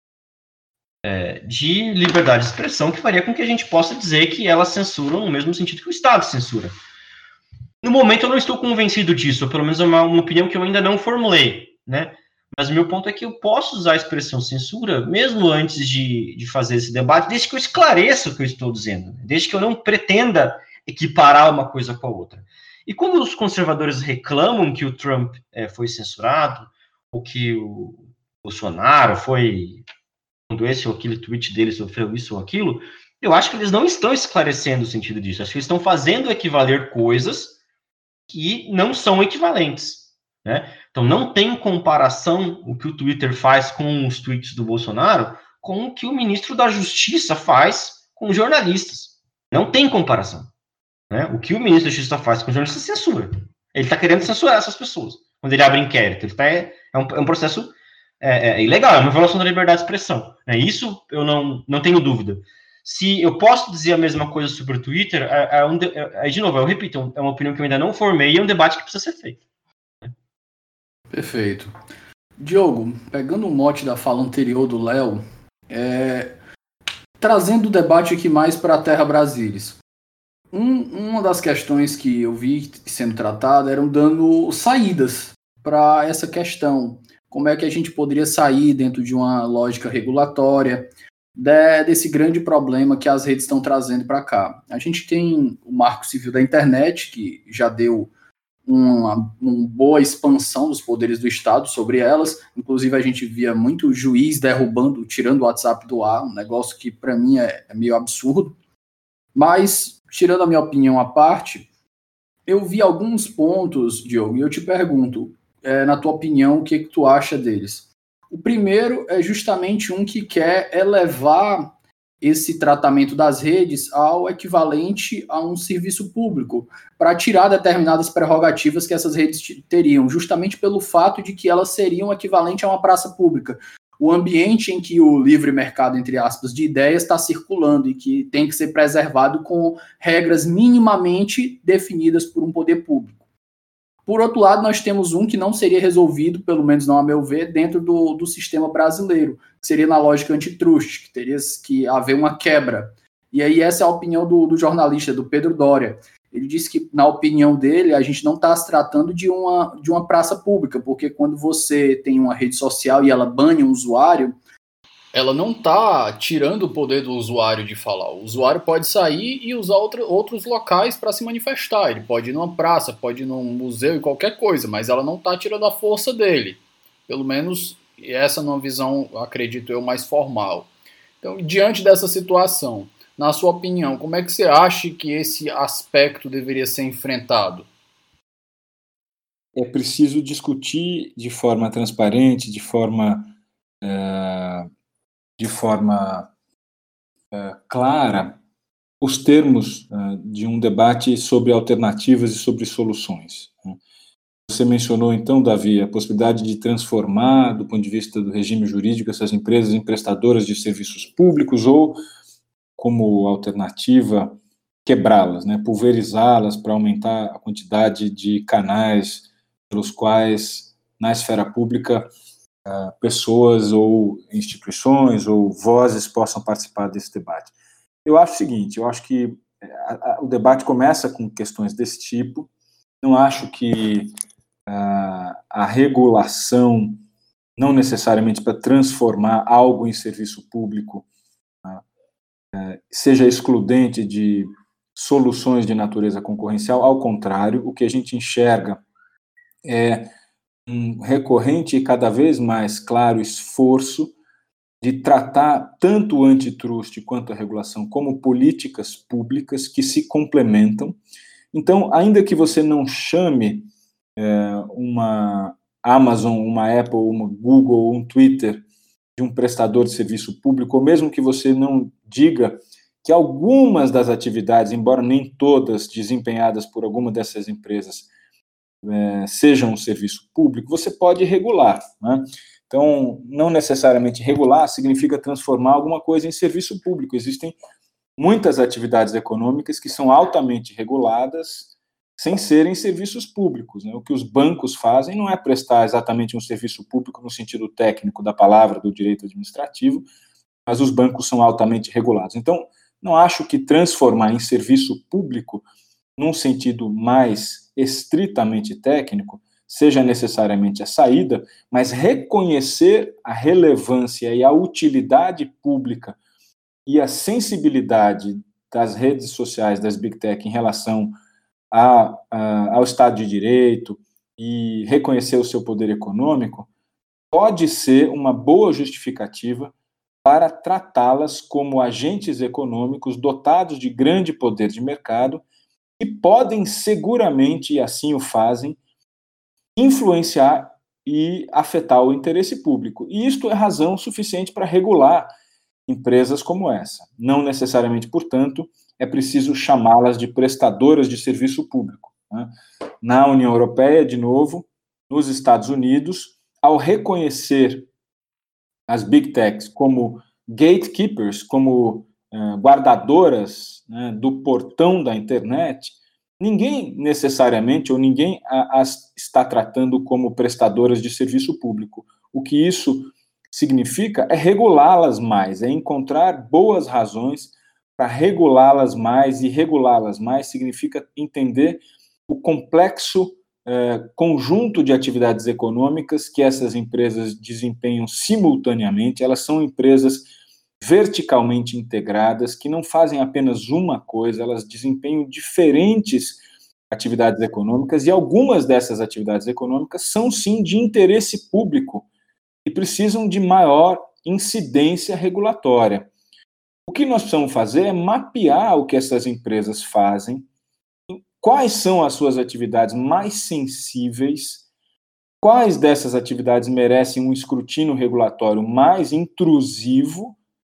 é, de liberdade de expressão que faria com que a gente possa dizer que elas censuram no mesmo sentido que o Estado censura. No momento eu não estou convencido disso, ou pelo menos é uma, uma opinião que eu ainda não formulei, né? Mas o meu ponto é que eu posso usar a expressão censura mesmo antes de, de fazer esse debate, desde que eu esclareça o que eu estou dizendo, desde que eu não pretenda equiparar uma coisa com a outra. E quando os conservadores reclamam que o Trump é, foi censurado, ou que o Bolsonaro foi, quando esse ou aquele tweet dele sofreu isso ou aquilo, eu acho que eles não estão esclarecendo o sentido disso. Acho que eles estão fazendo equivaler coisas que não são equivalentes, né? Então, não tem comparação o que o Twitter faz com os tweets do Bolsonaro com o que o ministro da Justiça faz com jornalistas. Não tem comparação. Né? O que o ministro da Justiça faz com os jornalistas é censura. Ele está querendo censurar essas pessoas. Quando ele abre inquérito, ele tá, é, um, é um processo é, é ilegal, é uma violação da liberdade de expressão. Né? Isso eu não, não tenho dúvida. Se eu posso dizer a mesma coisa sobre o Twitter, é, é um de, é, de novo, eu repito, é uma opinião que eu ainda não formei e é um debate que precisa ser feito. Perfeito. Diogo, pegando o mote da fala anterior do Léo, é, trazendo o debate aqui mais para a Terra Brasilis. Um, uma das questões que eu vi sendo tratada eram dando saídas para essa questão. Como é que a gente poderia sair dentro de uma lógica regulatória de, desse grande problema que as redes estão trazendo para cá. A gente tem o Marco Civil da Internet, que já deu uma, uma boa expansão dos poderes do Estado sobre elas. Inclusive, a gente via muito juiz derrubando, tirando o WhatsApp do ar, um negócio que, para mim, é, é meio absurdo. Mas, tirando a minha opinião à parte, eu vi alguns pontos, Diogo, e eu te pergunto, é, na tua opinião, o que, que tu acha deles? O primeiro é justamente um que quer elevar esse tratamento das redes ao equivalente a um serviço público, para tirar determinadas prerrogativas que essas redes teriam, justamente pelo fato de que elas seriam equivalente a uma praça pública. O ambiente em que o livre mercado, entre aspas, de ideias está circulando e que tem que ser preservado com regras minimamente definidas por um poder público. Por outro lado, nós temos um que não seria resolvido, pelo menos não a meu ver, dentro do, do sistema brasileiro, que seria na lógica antitruste, que teria que haver uma quebra. E aí essa é a opinião do, do jornalista, do Pedro Doria. Ele disse que, na opinião dele, a gente não está se tratando de uma, de uma praça pública, porque quando você tem uma rede social e ela bane um usuário, ela não está tirando o poder do usuário de falar. O usuário pode sair e usar outra, outros locais para se manifestar. Ele pode ir numa praça, pode ir num museu e qualquer coisa, mas ela não está tirando a força dele. Pelo menos essa é uma visão, acredito eu, mais formal. Então, diante dessa situação, na sua opinião, como é que você acha que esse aspecto deveria ser enfrentado? é preciso discutir de forma transparente, de forma, é, de forma é, clara, os termos é, de um debate sobre alternativas e sobre soluções. Você mencionou, então, Davi, a possibilidade de transformar, do ponto de vista do regime jurídico, essas empresas em prestadoras de serviços públicos ou, como alternativa, quebrá-las, né, pulverizá-las para aumentar a quantidade de canais pelos quais, na esfera pública, uh, pessoas ou instituições ou vozes possam participar desse debate. Eu acho o seguinte, eu acho que a, a, o debate começa com questões desse tipo. Não acho que uh, a regulação, não necessariamente para transformar algo em serviço público, uh, uh, seja excludente de soluções de natureza concorrencial. Ao contrário, o que a gente enxerga é um recorrente e cada vez mais claro esforço de tratar tanto o antitrust quanto a regulação como políticas públicas que se complementam. Então, ainda que você não chame é, uma Amazon, uma Apple, uma Google, um Twitter de um prestador de serviço público, ou mesmo que você não diga que algumas das atividades, embora nem todas desempenhadas por alguma dessas empresas, é, sejam um serviço público, você pode regular, né? Então, não necessariamente regular significa transformar alguma coisa em serviço público. Existem muitas atividades econômicas que são altamente reguladas sem serem serviços públicos, né? O que os bancos fazem não é prestar exatamente um serviço público no sentido técnico da palavra, do direito administrativo, mas os bancos são altamente regulados. Então, não acho que transformar em serviço público, num sentido mais estritamente técnico, seja necessariamente a saída, mas reconhecer a relevância e a utilidade pública e a sensibilidade das redes sociais, das Big Tech, em relação a, a, ao Estado de Direito e reconhecer o seu poder econômico, pode ser uma boa justificativa para tratá-las como agentes econômicos dotados de grande poder de mercado e podem seguramente, e assim o fazem, influenciar e afetar o interesse público. E isto é razão suficiente para regular empresas como essa. Não necessariamente, portanto, é preciso chamá-las de prestadoras de serviço público, né? Na União Europeia, de novo, nos Estados Unidos, ao reconhecer as Big Techs como gatekeepers, como uh, guardadoras, né, do portão da internet, ninguém necessariamente, ou ninguém as está tratando como prestadoras de serviço público. O que isso significa é regulá-las mais, é encontrar boas razões para regulá-las mais, e regulá-las mais significa entender o complexo eh, conjunto de atividades econômicas que essas empresas desempenham simultaneamente. Elas são empresas verticalmente integradas, que não fazem apenas uma coisa, elas desempenham diferentes atividades econômicas, e algumas dessas atividades econômicas são, sim, de interesse público e precisam de maior incidência regulatória. O que nós precisamos fazer é mapear o que essas empresas fazem, quais são as suas atividades mais sensíveis, quais dessas atividades merecem um escrutínio regulatório mais intrusivo,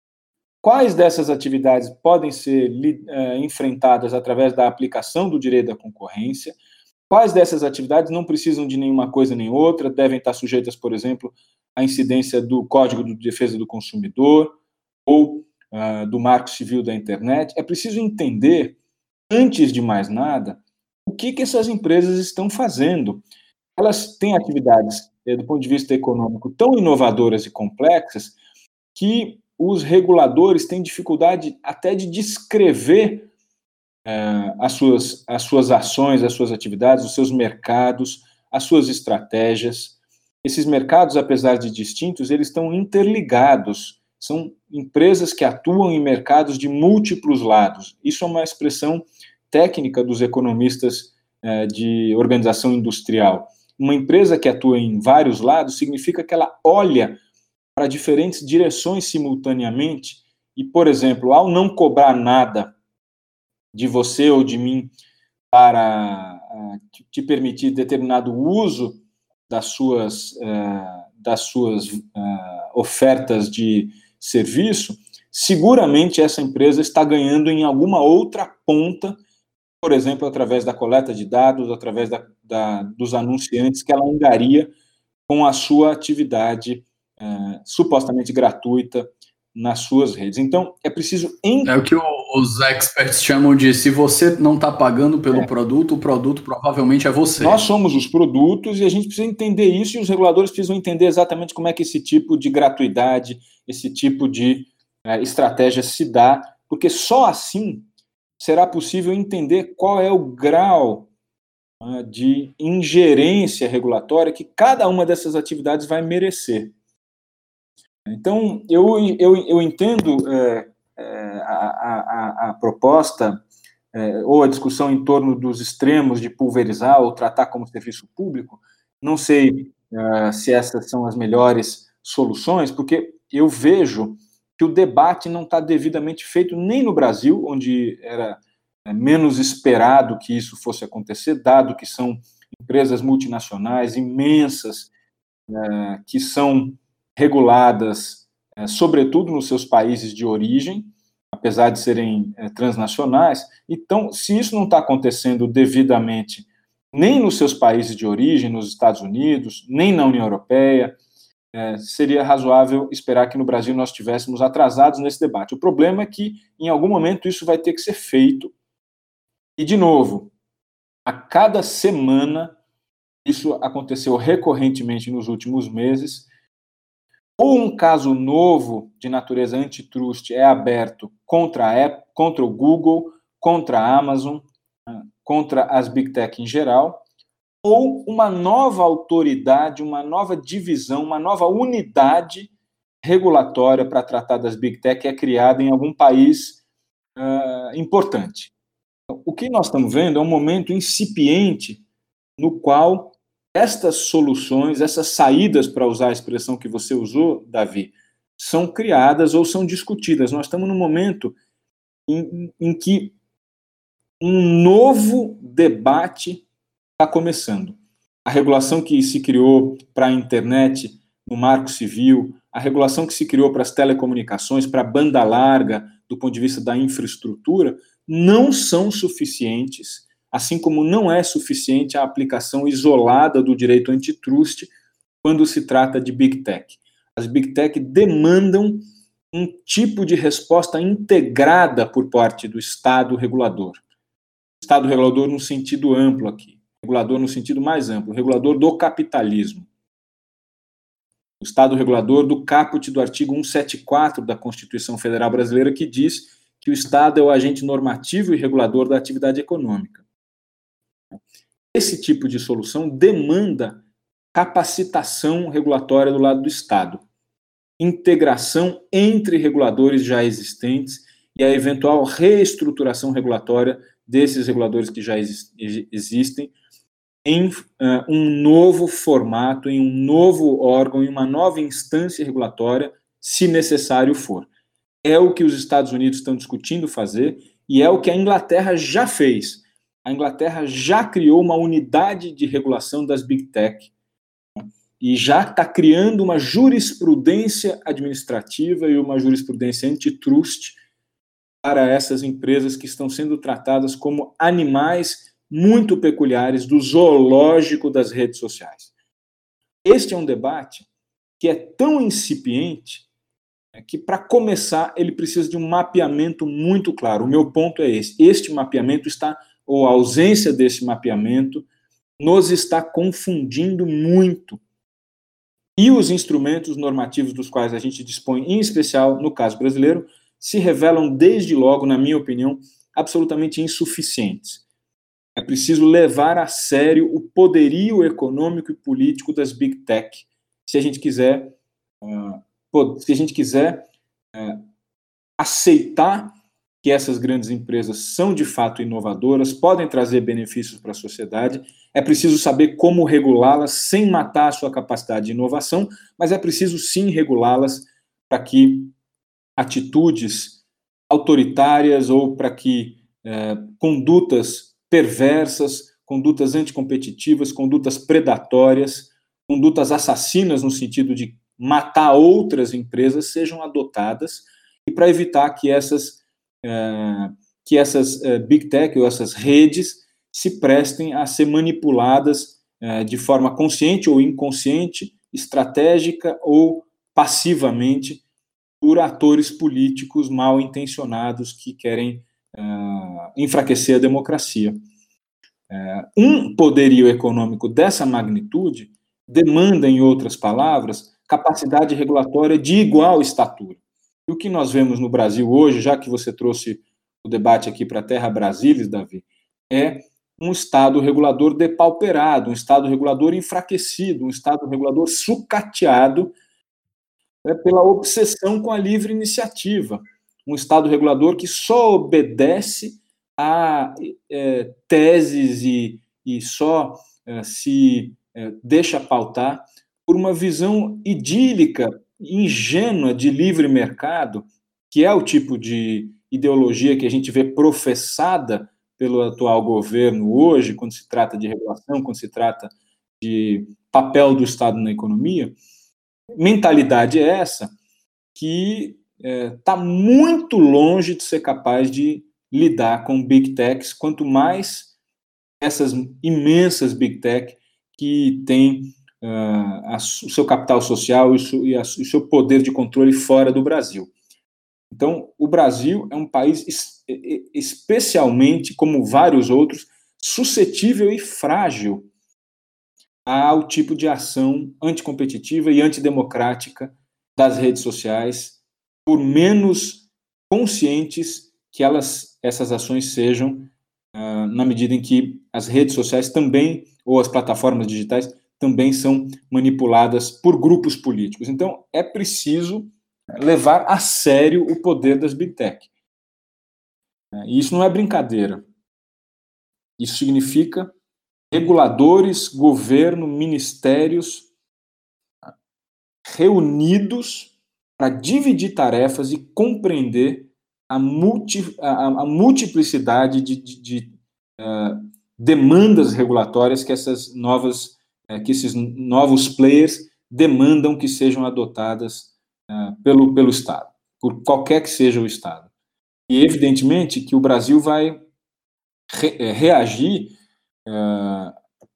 quais dessas atividades podem ser uh, enfrentadas através da aplicação do direito da concorrência, quais dessas atividades não precisam de nenhuma coisa nem outra, devem estar sujeitas, por exemplo, à incidência do Código de Defesa do Consumidor ou uh, do Marco Civil da Internet. É preciso entender, antes de mais nada, o que, que essas empresas estão fazendo. Elas têm atividades, do ponto de vista econômico, tão inovadoras e complexas que os reguladores têm dificuldade até de descrever uh, as, suas, as suas ações, as suas atividades, os seus mercados, as suas estratégias. Esses mercados, apesar de distintos, eles estão interligados. São empresas que atuam em mercados de múltiplos lados. Isso é uma expressão técnica dos economistas uh, de organização industrial. Uma empresa que atua em vários lados significa que ela olha para diferentes direções simultaneamente e, por exemplo, ao não cobrar nada de você ou de mim para uh, te permitir determinado uso das suas, uh, das suas uh, ofertas de serviço, seguramente essa empresa está ganhando em alguma outra ponta, por exemplo, através da coleta de dados, através da, da, dos anunciantes que ela angaria com a sua atividade uh, supostamente gratuita nas suas redes. Então, é preciso... Ent... É o que os experts chamam de, se você não está pagando pelo é. produto, o produto provavelmente é você. Nós somos os produtos e a gente precisa entender isso, e os reguladores precisam entender exatamente como é que esse tipo de gratuidade, esse tipo de é, estratégia se dá, porque só assim será possível entender qual é o grau é, de ingerência regulatória que cada uma dessas atividades vai merecer. Então, eu, eu, eu entendo é, é, a, a, a proposta é, ou a discussão em torno dos extremos de pulverizar ou tratar como serviço público. Não sei é, se essas são as melhores soluções, porque eu vejo que o debate não está devidamente feito nem no Brasil, onde era é, menos esperado que isso fosse acontecer, dado que são empresas multinacionais imensas, é, que são reguladas, é, sobretudo nos seus países de origem, apesar de serem é, transnacionais. Então, se isso não está acontecendo devidamente nem nos seus países de origem, nos Estados Unidos, nem na União Europeia, é, seria razoável esperar que no Brasil nós estivéssemos atrasados nesse debate. O problema é que, em algum momento, isso vai ter que ser feito. E, de novo, a cada semana, isso aconteceu recorrentemente nos últimos meses, ou um caso novo de natureza antitrust é aberto contra a Apple, contra o Google, contra a Amazon, contra as Big Tech em geral, ou uma nova autoridade, uma nova divisão, uma nova unidade regulatória para tratar das Big Tech é criada em algum país uh, importante. O que nós estamos vendo é um momento incipiente no qual estas soluções, essas saídas, para usar a expressão que você usou, Davi, são criadas ou são discutidas. Nós estamos num momento em, em que um novo debate está começando. A regulação que se criou para a internet no Marco Civil, a regulação que se criou para as telecomunicações, para a banda larga, do ponto de vista da infraestrutura, não são suficientes, assim como não é suficiente a aplicação isolada do direito antitrust quando se trata de Big Tech. As Big Tech demandam um tipo de resposta integrada por parte do Estado regulador. Estado regulador no sentido amplo aqui, regulador no sentido mais amplo, regulador do capitalismo. O Estado regulador do caput do artigo cento e setenta e quatro da Constituição Federal Brasileira, que diz que o Estado é o agente normativo e regulador da atividade econômica. Esse tipo de solução demanda capacitação regulatória do lado do Estado, integração entre reguladores já existentes e a eventual reestruturação regulatória desses reguladores que já existem em uh, um novo formato, em um novo órgão, em uma nova instância regulatória, se necessário for. É o que os Estados Unidos estão discutindo fazer e é o que a Inglaterra já fez. A Inglaterra já criou uma unidade de regulação das Big Tech e já está criando uma jurisprudência administrativa e uma jurisprudência antitrust para essas empresas que estão sendo tratadas como animais muito peculiares do zoológico das redes sociais. Este é um debate que é tão incipiente que, para começar, ele precisa de um mapeamento muito claro. O meu ponto é esse. Este mapeamento está, ou a ausência desse mapeamento, nos está confundindo muito. E os instrumentos normativos dos quais a gente dispõe, em especial no caso brasileiro, se revelam desde logo, na minha opinião, absolutamente insuficientes. É preciso levar a sério o poderio econômico e político das Big Tech, se a gente quiser, uh, se a gente quiser uh, aceitar que essas grandes empresas são de fato inovadoras, podem trazer benefícios para a sociedade. É preciso saber como regulá-las sem matar a sua capacidade de inovação, mas é preciso sim regulá-las para que atitudes autoritárias ou para que eh, condutas perversas, condutas anticompetitivas, condutas predatórias, condutas assassinas no sentido de matar outras empresas sejam adotadas, e para evitar que essas, uh, que essas uh, big tech ou essas redes se prestem a ser manipuladas uh, de forma consciente ou inconsciente, estratégica ou passivamente por atores políticos mal intencionados que querem uh, enfraquecer a democracia. Uh, um poderio econômico dessa magnitude demanda, em outras palavras, capacidade regulatória de igual estatura. E o que nós vemos no Brasil hoje, já que você trouxe o debate aqui para a Terra Brasilis, Davi, é um Estado regulador depauperado, um Estado regulador enfraquecido, um Estado regulador sucateado, né, pela obsessão com a livre iniciativa, um Estado regulador que só obedece a é, teses e, e só é, se é, deixa pautar por uma visão idílica, ingênua de livre mercado, que é o tipo de ideologia que a gente vê professada pelo atual governo hoje, quando se trata de regulação, quando se trata de papel do Estado na economia. Mentalidade é essa que está é, muito longe de ser capaz de lidar com big techs, quanto mais essas imensas big tech que têm uh, a, o seu capital social e, su, e a, o seu poder de controle fora do Brasil. Então, o Brasil é um país es, especialmente, como vários outros, suscetível e frágil ao tipo de ação anticompetitiva e antidemocrática das redes sociais, por menos conscientes que elas, essas ações sejam, uh, na medida em que as redes sociais também, ou as plataformas digitais, também são manipuladas por grupos políticos. Então, é preciso levar a sério o poder das big tech. E isso não é brincadeira. Isso significa reguladores, governo, ministérios reunidos para dividir tarefas e compreender a, multi, a, a multiplicidade de, de, de uh, demandas regulatórias que essas novas, uh, que esses novos players demandam que sejam adotadas uh, pelo, pelo Estado, por qualquer que seja o Estado. E, evidentemente, que o Brasil vai re, reagir uh,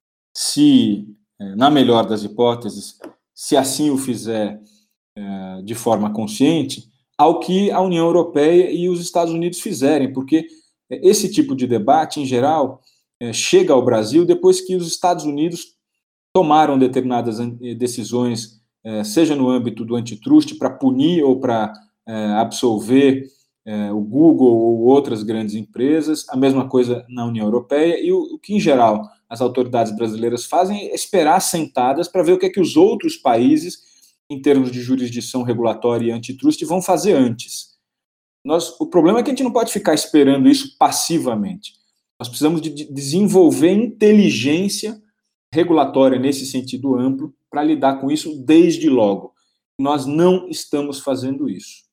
se, na melhor das hipóteses, se assim o fizer uh, de forma consciente, ao que a União Europeia e os Estados Unidos fizerem, porque esse tipo de debate, em geral, uh, chega ao Brasil depois que os Estados Unidos tomaram determinadas decisões, uh, seja no âmbito do antitruste, para punir ou para uh, absolver É, o Google ou outras grandes empresas, a mesma coisa na União Europeia, e o, o que, em geral, as autoridades brasileiras fazem é esperar sentadas para ver o que é que os outros países, em termos de jurisdição regulatória e antitruste, vão fazer antes. Nós, o problema é que a gente não pode ficar esperando isso passivamente. Nós precisamos de, de desenvolver inteligência regulatória nesse sentido amplo para lidar com isso desde logo. Nós não estamos fazendo isso.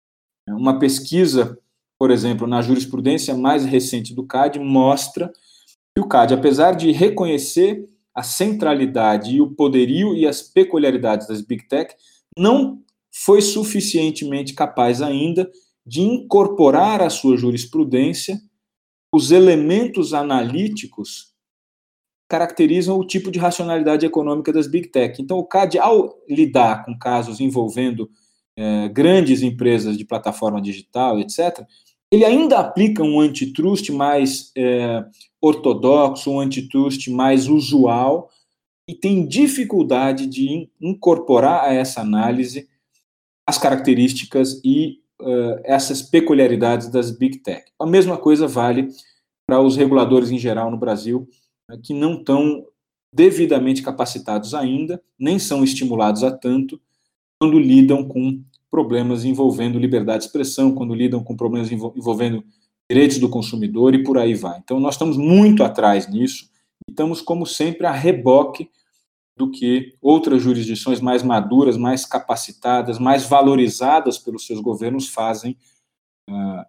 Uma pesquisa, por exemplo, na jurisprudência mais recente do C A D, mostra que o C A D, apesar de reconhecer a centralidade e o poderio e as peculiaridades das Big Tech, não foi suficientemente capaz ainda de incorporar à sua jurisprudência os elementos analíticos que caracterizam o tipo de racionalidade econômica das Big Tech. Então, o C A D, ao lidar com casos envolvendo É, grandes empresas de plataforma digital, etcétera, ele ainda aplica um antitrust mais é, ortodoxo, um antitrust mais usual, e tem dificuldade de in, incorporar a essa análise as características e uh, essas peculiaridades das Big Tech. A mesma coisa vale para os reguladores em geral no Brasil, né, que não estão devidamente capacitados ainda, nem são estimulados a tanto, quando lidam com problemas envolvendo liberdade de expressão, quando lidam com problemas envolvendo direitos do consumidor e por aí vai. Então, nós estamos muito atrás nisso e estamos, como sempre, a reboque do que outras jurisdições mais maduras, mais capacitadas, mais valorizadas pelos seus governos fazem uh,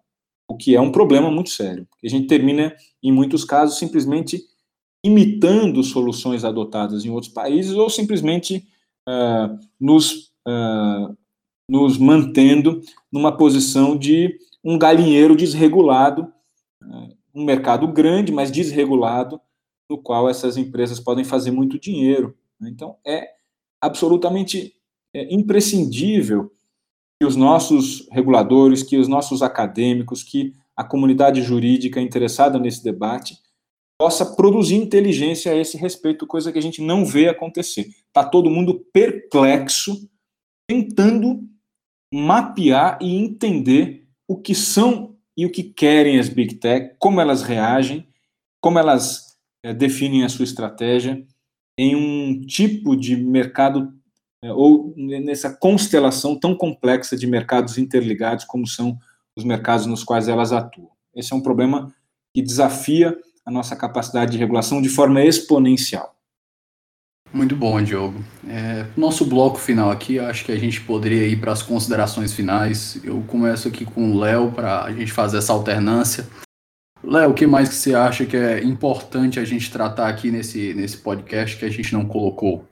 o que é um problema muito sério, porque a gente termina, em muitos casos, simplesmente imitando soluções adotadas em outros países ou simplesmente uh, nos, uh, nos mantendo numa posição de um galinheiro desregulado, uh, um mercado grande, mas desregulado, no qual essas empresas podem fazer muito dinheiro. Então, é absolutamente é, imprescindível que os nossos reguladores, que os nossos acadêmicos, que a comunidade jurídica interessada nesse debate possa produzir inteligência a esse respeito, coisa que a gente não vê acontecer. Está todo mundo perplexo, tentando mapear e entender o que são e o que querem as Big Tech, como elas reagem, como elas é, definem a sua estratégia em um tipo de mercado, é, ou nessa constelação tão complexa de mercados interligados como são os mercados nos quais elas atuam. Esse é um problema que desafia a nossa capacidade de regulação de forma exponencial. Muito bom, Diogo. É, nosso bloco final aqui, acho que a gente poderia ir para as considerações finais. Eu começo aqui com o Léo para a gente fazer essa alternância. Léo, o que mais que você acha que é importante a gente tratar aqui nesse, nesse podcast que a gente não colocou?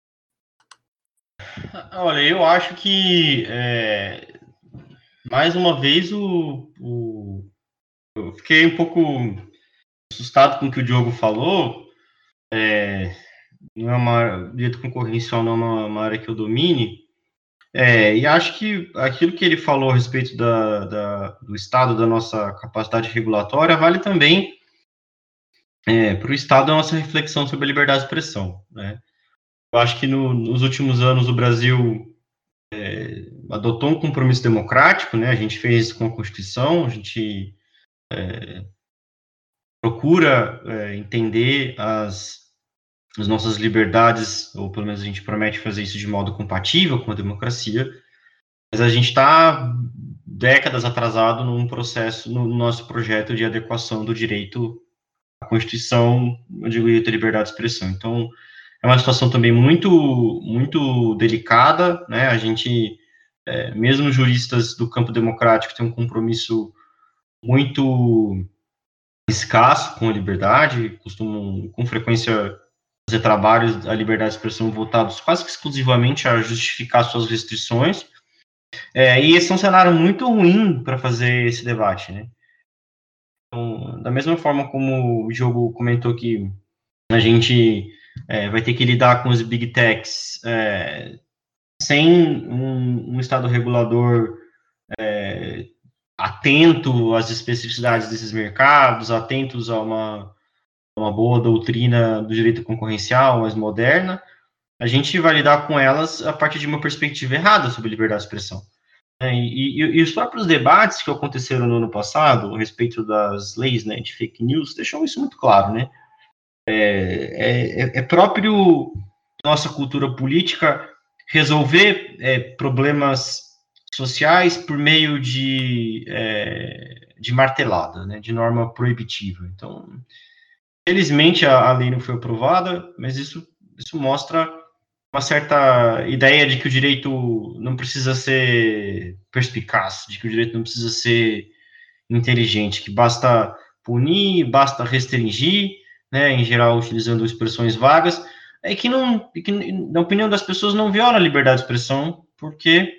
Olha, eu acho que, é, mais uma vez, o, o, eu fiquei um pouco assustado com o que o Diogo falou. É, não é uma direito concorrencial, não é uma, uma área que eu domine. É, e acho que aquilo que ele falou a respeito da, da, do estado da nossa capacidade regulatória vale também é, para o estado da nossa reflexão sobre a liberdade de expressão, né? Eu acho que no, nos últimos anos o Brasil é, adotou um compromisso democrático, né? A gente fez com a Constituição, a gente é, procura é, entender as, as nossas liberdades, ou pelo menos a gente promete fazer isso de modo compatível com a democracia, mas a gente está décadas atrasado num processo, no nosso projeto de adequação do direito à Constituição, eu digo direito à liberdade de expressão. Então, é uma situação também muito, muito delicada, né? A gente, é, mesmo juristas do campo democrático, tem um compromisso muito escasso com a liberdade, costumam, com frequência, fazer trabalhos da liberdade de expressão voltados quase que exclusivamente a justificar suas restrições. É, e esse é um cenário muito ruim para fazer esse debate, né? Então, da mesma forma como o Diogo comentou que a gente é, vai ter que lidar com os Big Techs é, sem um, um Estado regulador é, atento às especificidades desses mercados, atentos a uma, uma boa doutrina do direito concorrencial mais moderna, a gente vai lidar com elas a partir de uma perspectiva errada sobre liberdade de expressão. É, e, e, e os próprios debates que aconteceram no ano passado a respeito das leis, né, de fake news deixam isso muito claro, né? É, é, é próprio nossa cultura política resolver é, problemas sociais por meio de, é, de martelada, né, de norma proibitiva. Então, felizmente a, a lei não foi aprovada, mas isso, isso mostra uma certa ideia de que o direito não precisa ser perspicaz, de que o direito não precisa ser inteligente, que basta punir, basta restringir, né, em geral utilizando expressões vagas, é que, não, que na opinião das pessoas não viola a liberdade de expressão, porque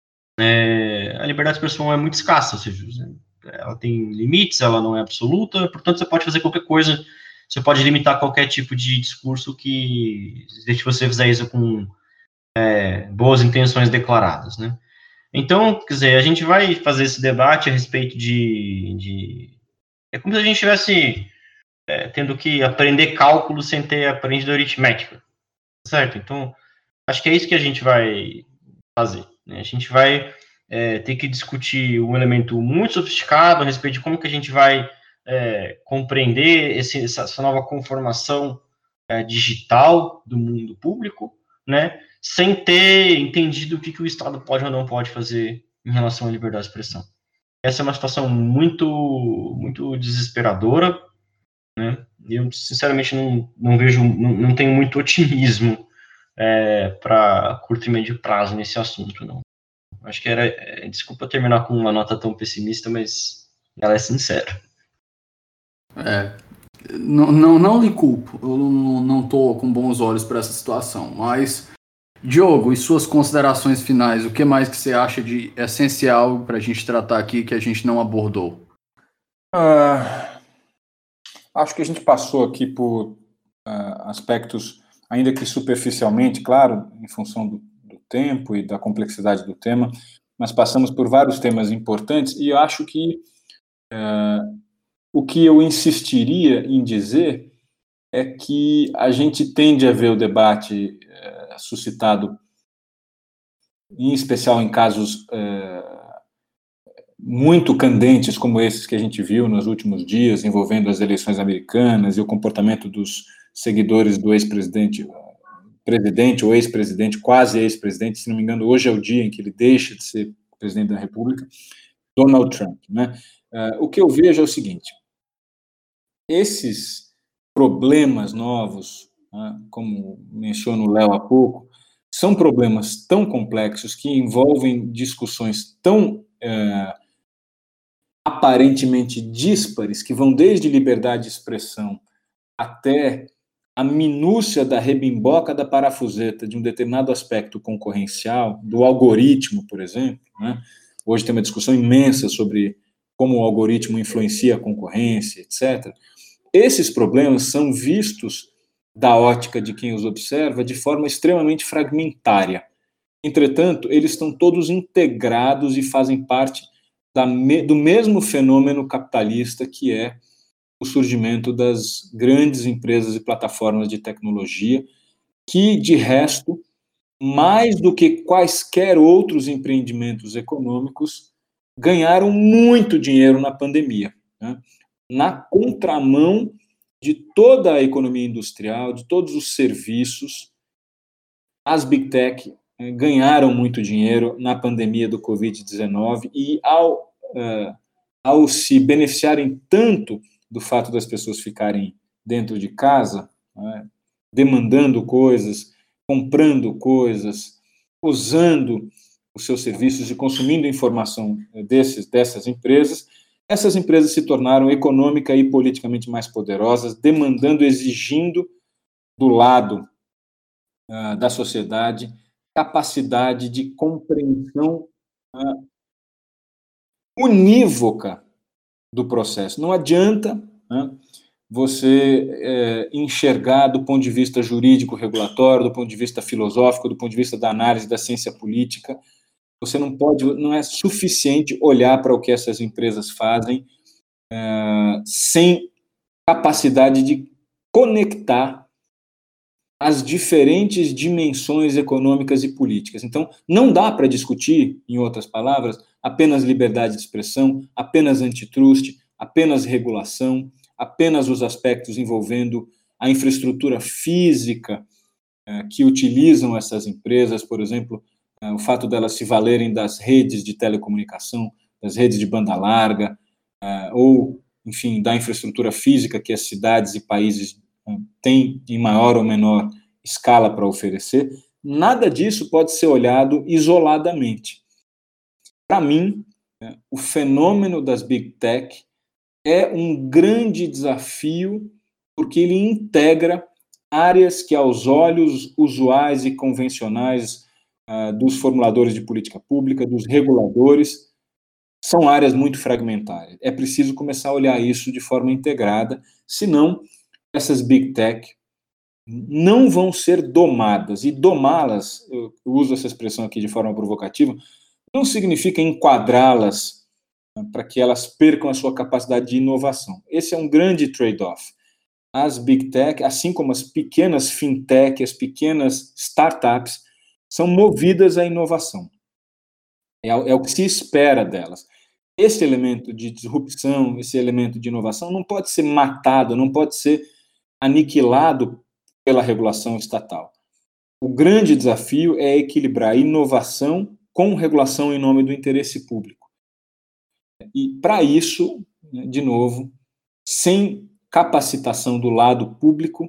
é, a liberdade de expressão é muito escassa, ou seja, ela tem limites, ela não é absoluta, portanto você pode fazer qualquer coisa. Você pode limitar qualquer tipo de discurso que, se você fizer isso com é, boas intenções declaradas, né? Então, quer dizer, a gente vai fazer esse debate a respeito de... de é como se a gente estivesse é, tendo que aprender cálculo sem ter aprendido aritmética, certo? Então, acho que é isso que a gente vai fazer, né? A gente vai é, ter que discutir um elemento muito sofisticado a respeito de como que a gente vai É, compreender esse, essa nova conformação é, digital do mundo público, né, sem ter entendido o que, que o Estado pode ou não pode fazer em relação à liberdade de expressão. Essa é uma situação muito, muito desesperadora, né, e eu, sinceramente, não, não vejo, não, não tenho muito otimismo é, para curto e médio prazo nesse assunto, não. Acho que era, é, desculpa terminar com uma nota tão pessimista, mas ela é sincera. É, não, não, não lhe culpo, eu não, não tô com bons olhos para essa situação, mas, Diogo, e suas considerações finais, o que mais que você acha de essencial para a gente tratar aqui que a gente não abordou? Ah, acho que a gente passou aqui por ah, aspectos, ainda que superficialmente, claro, em função do, do tempo e da complexidade do tema, mas passamos por vários temas importantes e eu acho que ah, o que eu insistiria em dizer é que a gente tende a ver o debate eh, suscitado, em especial em casos eh, muito candentes como esses que a gente viu nos últimos dias, envolvendo as eleições americanas e o comportamento dos seguidores do ex-presidente, presidente ou ex-presidente, quase ex-presidente, se não me engano, hoje é o dia em que ele deixa de ser presidente da República, Donald Trump, né? Uh, o que eu vejo é o seguinte: esses problemas novos, né, como menciono o Léo há pouco, são problemas tão complexos que envolvem discussões tão uh, aparentemente díspares, que vão desde liberdade de expressão até a minúcia da rebimboca da parafuseta de um determinado aspecto concorrencial, do algoritmo, por exemplo, né? Hoje tem uma discussão imensa sobre como o algoritmo influencia a concorrência, etcétera. Esses problemas são vistos, da ótica de quem os observa, de forma extremamente fragmentária. Entretanto, eles estão todos integrados e fazem parte da me, do mesmo fenômeno capitalista que é o surgimento das grandes empresas e plataformas de tecnologia, que, de resto, mais do que quaisquer outros empreendimentos econômicos, ganharam muito dinheiro na pandemia, né? Na contramão de toda a economia industrial, de todos os serviços, as Big Tech ganharam muito dinheiro na pandemia do covid dezenove e, ao, uh, ao se beneficiarem tanto do fato das pessoas ficarem dentro de casa, né, demandando coisas, comprando coisas, usando os seus serviços e consumindo informação desses, dessas empresas, essas empresas se tornaram econômica e politicamente mais poderosas, demandando, exigindo do lado uh, da sociedade capacidade de compreensão uh, unívoca do processo. Não adianta, né, você é, enxergar do ponto de vista jurídico-regulatório, do ponto de vista filosófico, do ponto de vista da análise da ciência política. Você não pode, não é suficiente olhar para o que essas empresas fazem é, sem capacidade de conectar as diferentes dimensões econômicas e políticas. Então, não dá para discutir, em outras palavras, apenas liberdade de expressão, apenas antitrust, apenas regulação, apenas os aspectos envolvendo a infraestrutura física eh, que utilizam essas empresas, por exemplo, eh, o fato delas se valerem das redes de telecomunicação, das redes de banda larga, eh, ou, enfim, da infraestrutura física que as cidades e países tem em maior ou menor escala para oferecer, nada disso pode ser olhado isoladamente. Para mim, o fenômeno das Big Tech é um grande desafio porque ele integra áreas que, aos olhos usuais e convencionais uh, dos formuladores de política pública, dos reguladores, são áreas muito fragmentárias. É preciso começar a olhar isso de forma integrada, senão essas Big Tech não vão ser domadas, e domá-las, eu uso essa expressão aqui de forma provocativa, não significa enquadrá-las para que elas percam a sua capacidade de inovação. Esse é um grande trade-off. As Big Tech, assim como as pequenas fintech, as pequenas startups, são movidas à inovação. É, é o que se espera delas. Esse elemento de disrupção, esse elemento de inovação não pode ser matado, não pode ser aniquilado pela regulação estatal. O grande desafio é equilibrar inovação com regulação em nome do interesse público. E, para isso, de novo, sem capacitação do lado público,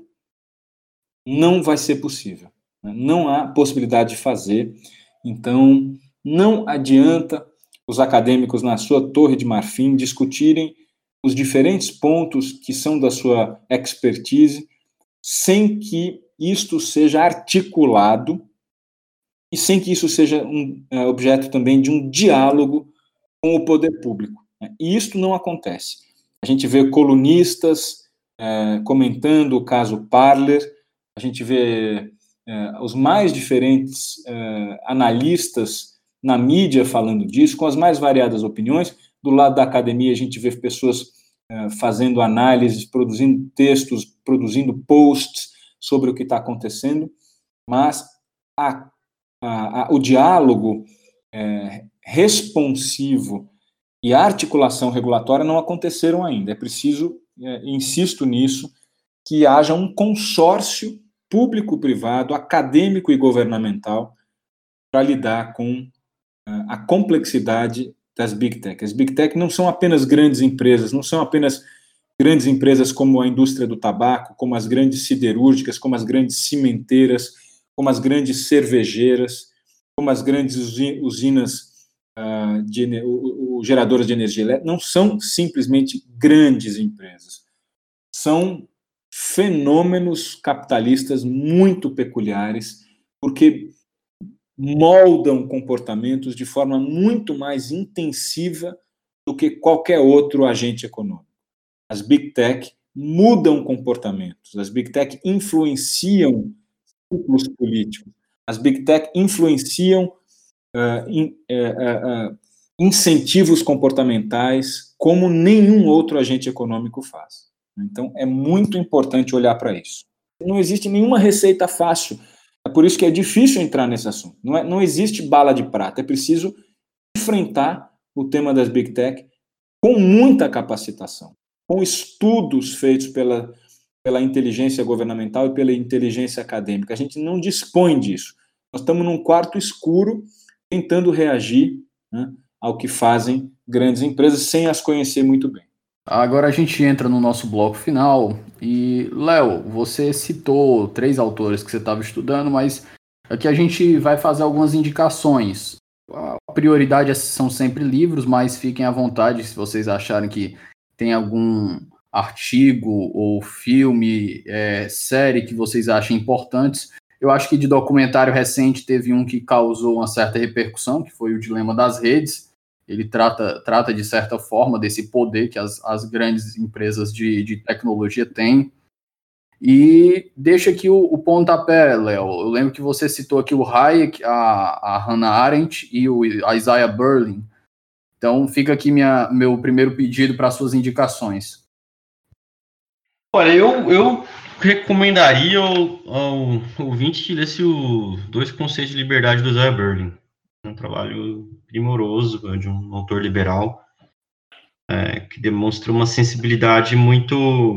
não vai ser possível. Não há possibilidade de fazer. Então, não adianta os acadêmicos na sua torre de marfim, discutirem os diferentes pontos que são da sua expertise, sem que isto seja articulado e sem que isso seja um é, objeto também de um diálogo com o poder público. Né? E isto não acontece. A gente vê colunistas é, comentando o caso Parler, a gente vê é, os mais diferentes é, analistas na mídia falando disso, com as mais variadas opiniões. Do lado da academia, a gente vê pessoas é, fazendo análises, produzindo textos, produzindo posts sobre o que está acontecendo, mas a, a, a, o diálogo é, responsivo e a articulação regulatória não aconteceram ainda. É preciso, é, insisto nisso, que haja um consórcio público-privado, acadêmico e governamental para lidar com uh, a complexidade das Big Tech. As Big Tech não são apenas grandes empresas, não são apenas grandes empresas como a indústria do tabaco, como as grandes siderúrgicas, como as grandes cimenteiras, como as grandes cervejeiras, como as grandes usinas Uh, de, o, o, geradores de energia elétrica, não são simplesmente grandes empresas, são fenômenos capitalistas muito peculiares, porque moldam comportamentos de forma muito mais intensiva do que qualquer outro agente econômico. As Big Tech mudam comportamentos, as Big Tech influenciam ciclos políticos, as Big Tech influenciam Uh, in, uh, uh, incentivos comportamentais como nenhum outro agente econômico faz. Então, é muito importante olhar para isso. Não existe nenhuma receita fácil, é por isso que é difícil entrar nesse assunto. Não, é, não existe bala de prata, é preciso enfrentar o tema das Big Tech com muita capacitação, com estudos feitos pela, pela inteligência governamental e pela inteligência acadêmica. A gente não dispõe disso. Nós estamos num quarto escuro tentando reagir, né, ao que fazem grandes empresas sem as conhecer muito bem. Agora a gente entra no nosso bloco final e, Léo, você citou três autores que você estava estudando, mas aqui a gente vai fazer algumas indicações. A prioridade são sempre livros, mas fiquem à vontade se vocês acharem que tem algum artigo ou filme, é, série que vocês achem importantes. Eu acho que de documentário recente teve um que causou uma certa repercussão, que foi o Dilema das Redes. Ele trata, trata de certa forma, desse poder que as, as grandes empresas de, de tecnologia têm. E deixa aqui o, o pontapé, Léo. Eu lembro que você citou aqui o Hayek, a, a Hannah Arendt e o a Isaiah Berlin. Então fica aqui minha, meu primeiro pedido para suas indicações. Olha, eu... eu... recomendaria ao, ao ouvinte que lesse o Dois Conceitos de Liberdade do Isaiah Berlin. Um trabalho primoroso de um autor liberal é, que demonstra uma sensibilidade muito,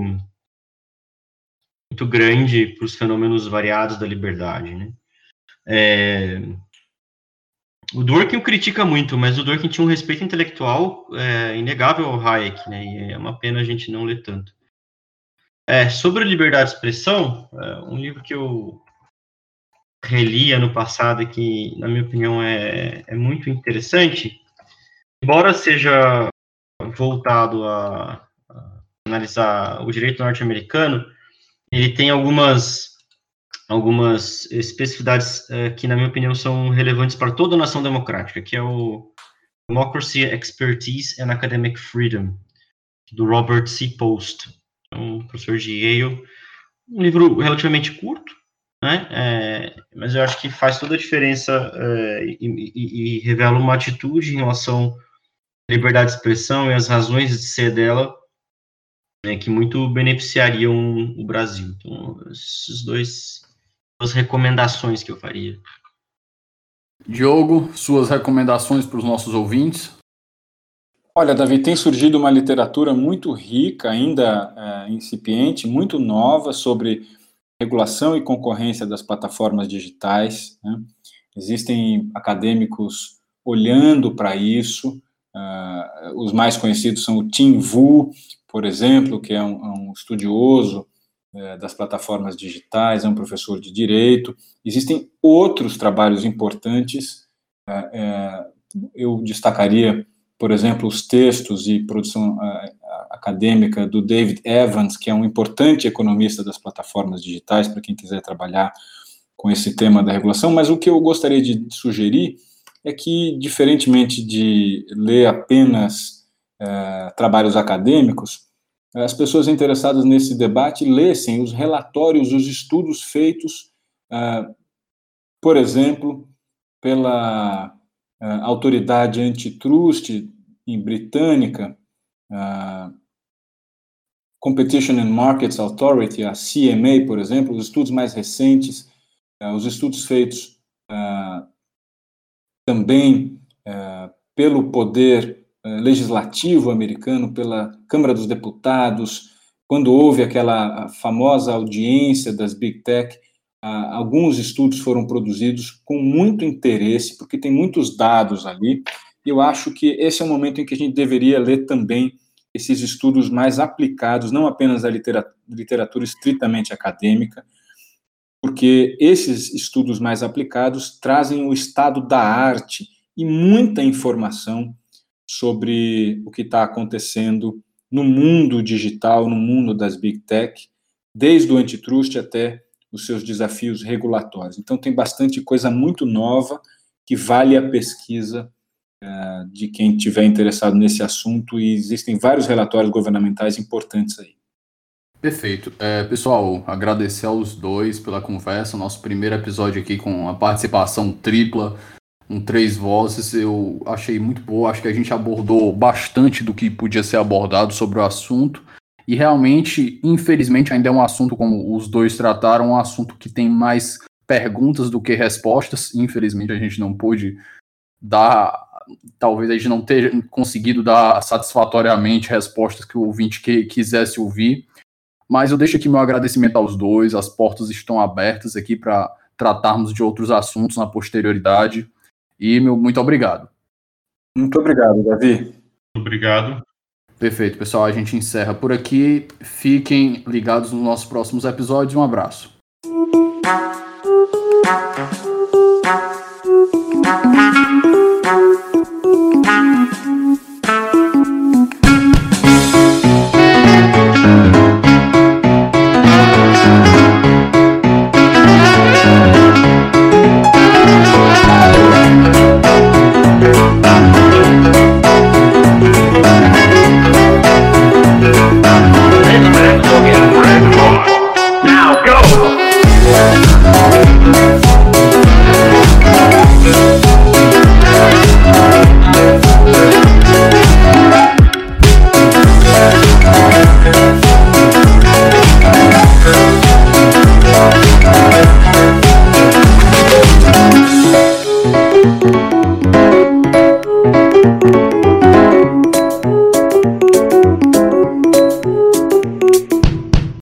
muito grande para os fenômenos variados da liberdade. Né? É, o Dworkin o critica muito, mas o Dworkin tinha um respeito intelectual é, inegável ao Hayek, né? E é uma pena a gente não ler tanto. É, sobre a liberdade de expressão, é, um livro que eu reli ano passado e que, na minha opinião, é, é muito interessante, embora seja voltado a, a analisar o direito norte-americano, ele tem algumas, algumas especificidades é, que, na minha opinião, são relevantes para toda nação democrática, que é o Democracy, Expertise and Academic Freedom, do Robert C. Post. Um professor de Yale, um livro relativamente curto, né, é, mas eu acho que faz toda a diferença é, e, e, e revela uma atitude em relação à liberdade de expressão e as razões de ser dela, né, que muito beneficiariam o Brasil. Então, esses dois, duas recomendações que eu faria. Diogo, suas recomendações para os nossos ouvintes? Olha, Davi, tem surgido uma literatura muito rica, ainda é, incipiente, muito nova, sobre regulação e concorrência das plataformas digitais. Né? Existem acadêmicos olhando para isso. Uh, os mais conhecidos são o Tim Wu, por exemplo, que é um, um estudioso uh, das plataformas digitais, é um professor de direito. Existem outros trabalhos importantes uh, uh, eu destacaria, por exemplo, os textos e produção uh, acadêmica do David Evans, que é um importante economista das plataformas digitais, para quem quiser trabalhar com esse tema da regulação. Mas o que eu gostaria de sugerir é que, diferentemente de ler apenas uh, trabalhos acadêmicos, as pessoas interessadas nesse debate lessem os relatórios, os estudos feitos, uh, por exemplo, pela uh, autoridade antitrust em britânica, uh, Competition and Markets Authority, a C M A, por exemplo, os estudos mais recentes, uh, os estudos feitos uh, também uh, pelo poder uh, legislativo americano, pela Câmara dos Deputados, quando houve aquela famosa audiência das Big Tech. Uh, alguns estudos foram produzidos com muito interesse, porque tem muitos dados ali, e eu acho que esse é o momento em que a gente deveria ler também esses estudos mais aplicados, não apenas a literatura, literatura estritamente acadêmica, porque esses estudos mais aplicados trazem o estado da arte e muita informação sobre o que está acontecendo no mundo digital, no mundo das Big Tech, desde o antitrust até os seus desafios regulatórios. Então, tem bastante coisa muito nova que vale a pesquisa uh, de quem estiver interessado nesse assunto, e existem vários relatórios governamentais importantes aí. Perfeito. É, pessoal, agradecer aos dois pela conversa, nosso primeiro episódio aqui com a participação tripla, com três vozes, eu achei muito boa, acho que a gente abordou bastante do que podia ser abordado sobre o assunto. E realmente, infelizmente, ainda é um assunto, como os dois trataram, um assunto que tem mais perguntas do que respostas. Infelizmente, a gente não pôde dar, talvez a gente não tenha conseguido dar satisfatoriamente respostas que o ouvinte que, quisesse ouvir. Mas eu deixo aqui meu agradecimento aos dois, as portas estão abertas aqui para tratarmos de outros assuntos na posterioridade. E meu muito obrigado. Muito obrigado, Davi. Obrigado. Perfeito, pessoal, a gente encerra por aqui. Fiquem ligados nos nossos próximos episódios. Um abraço.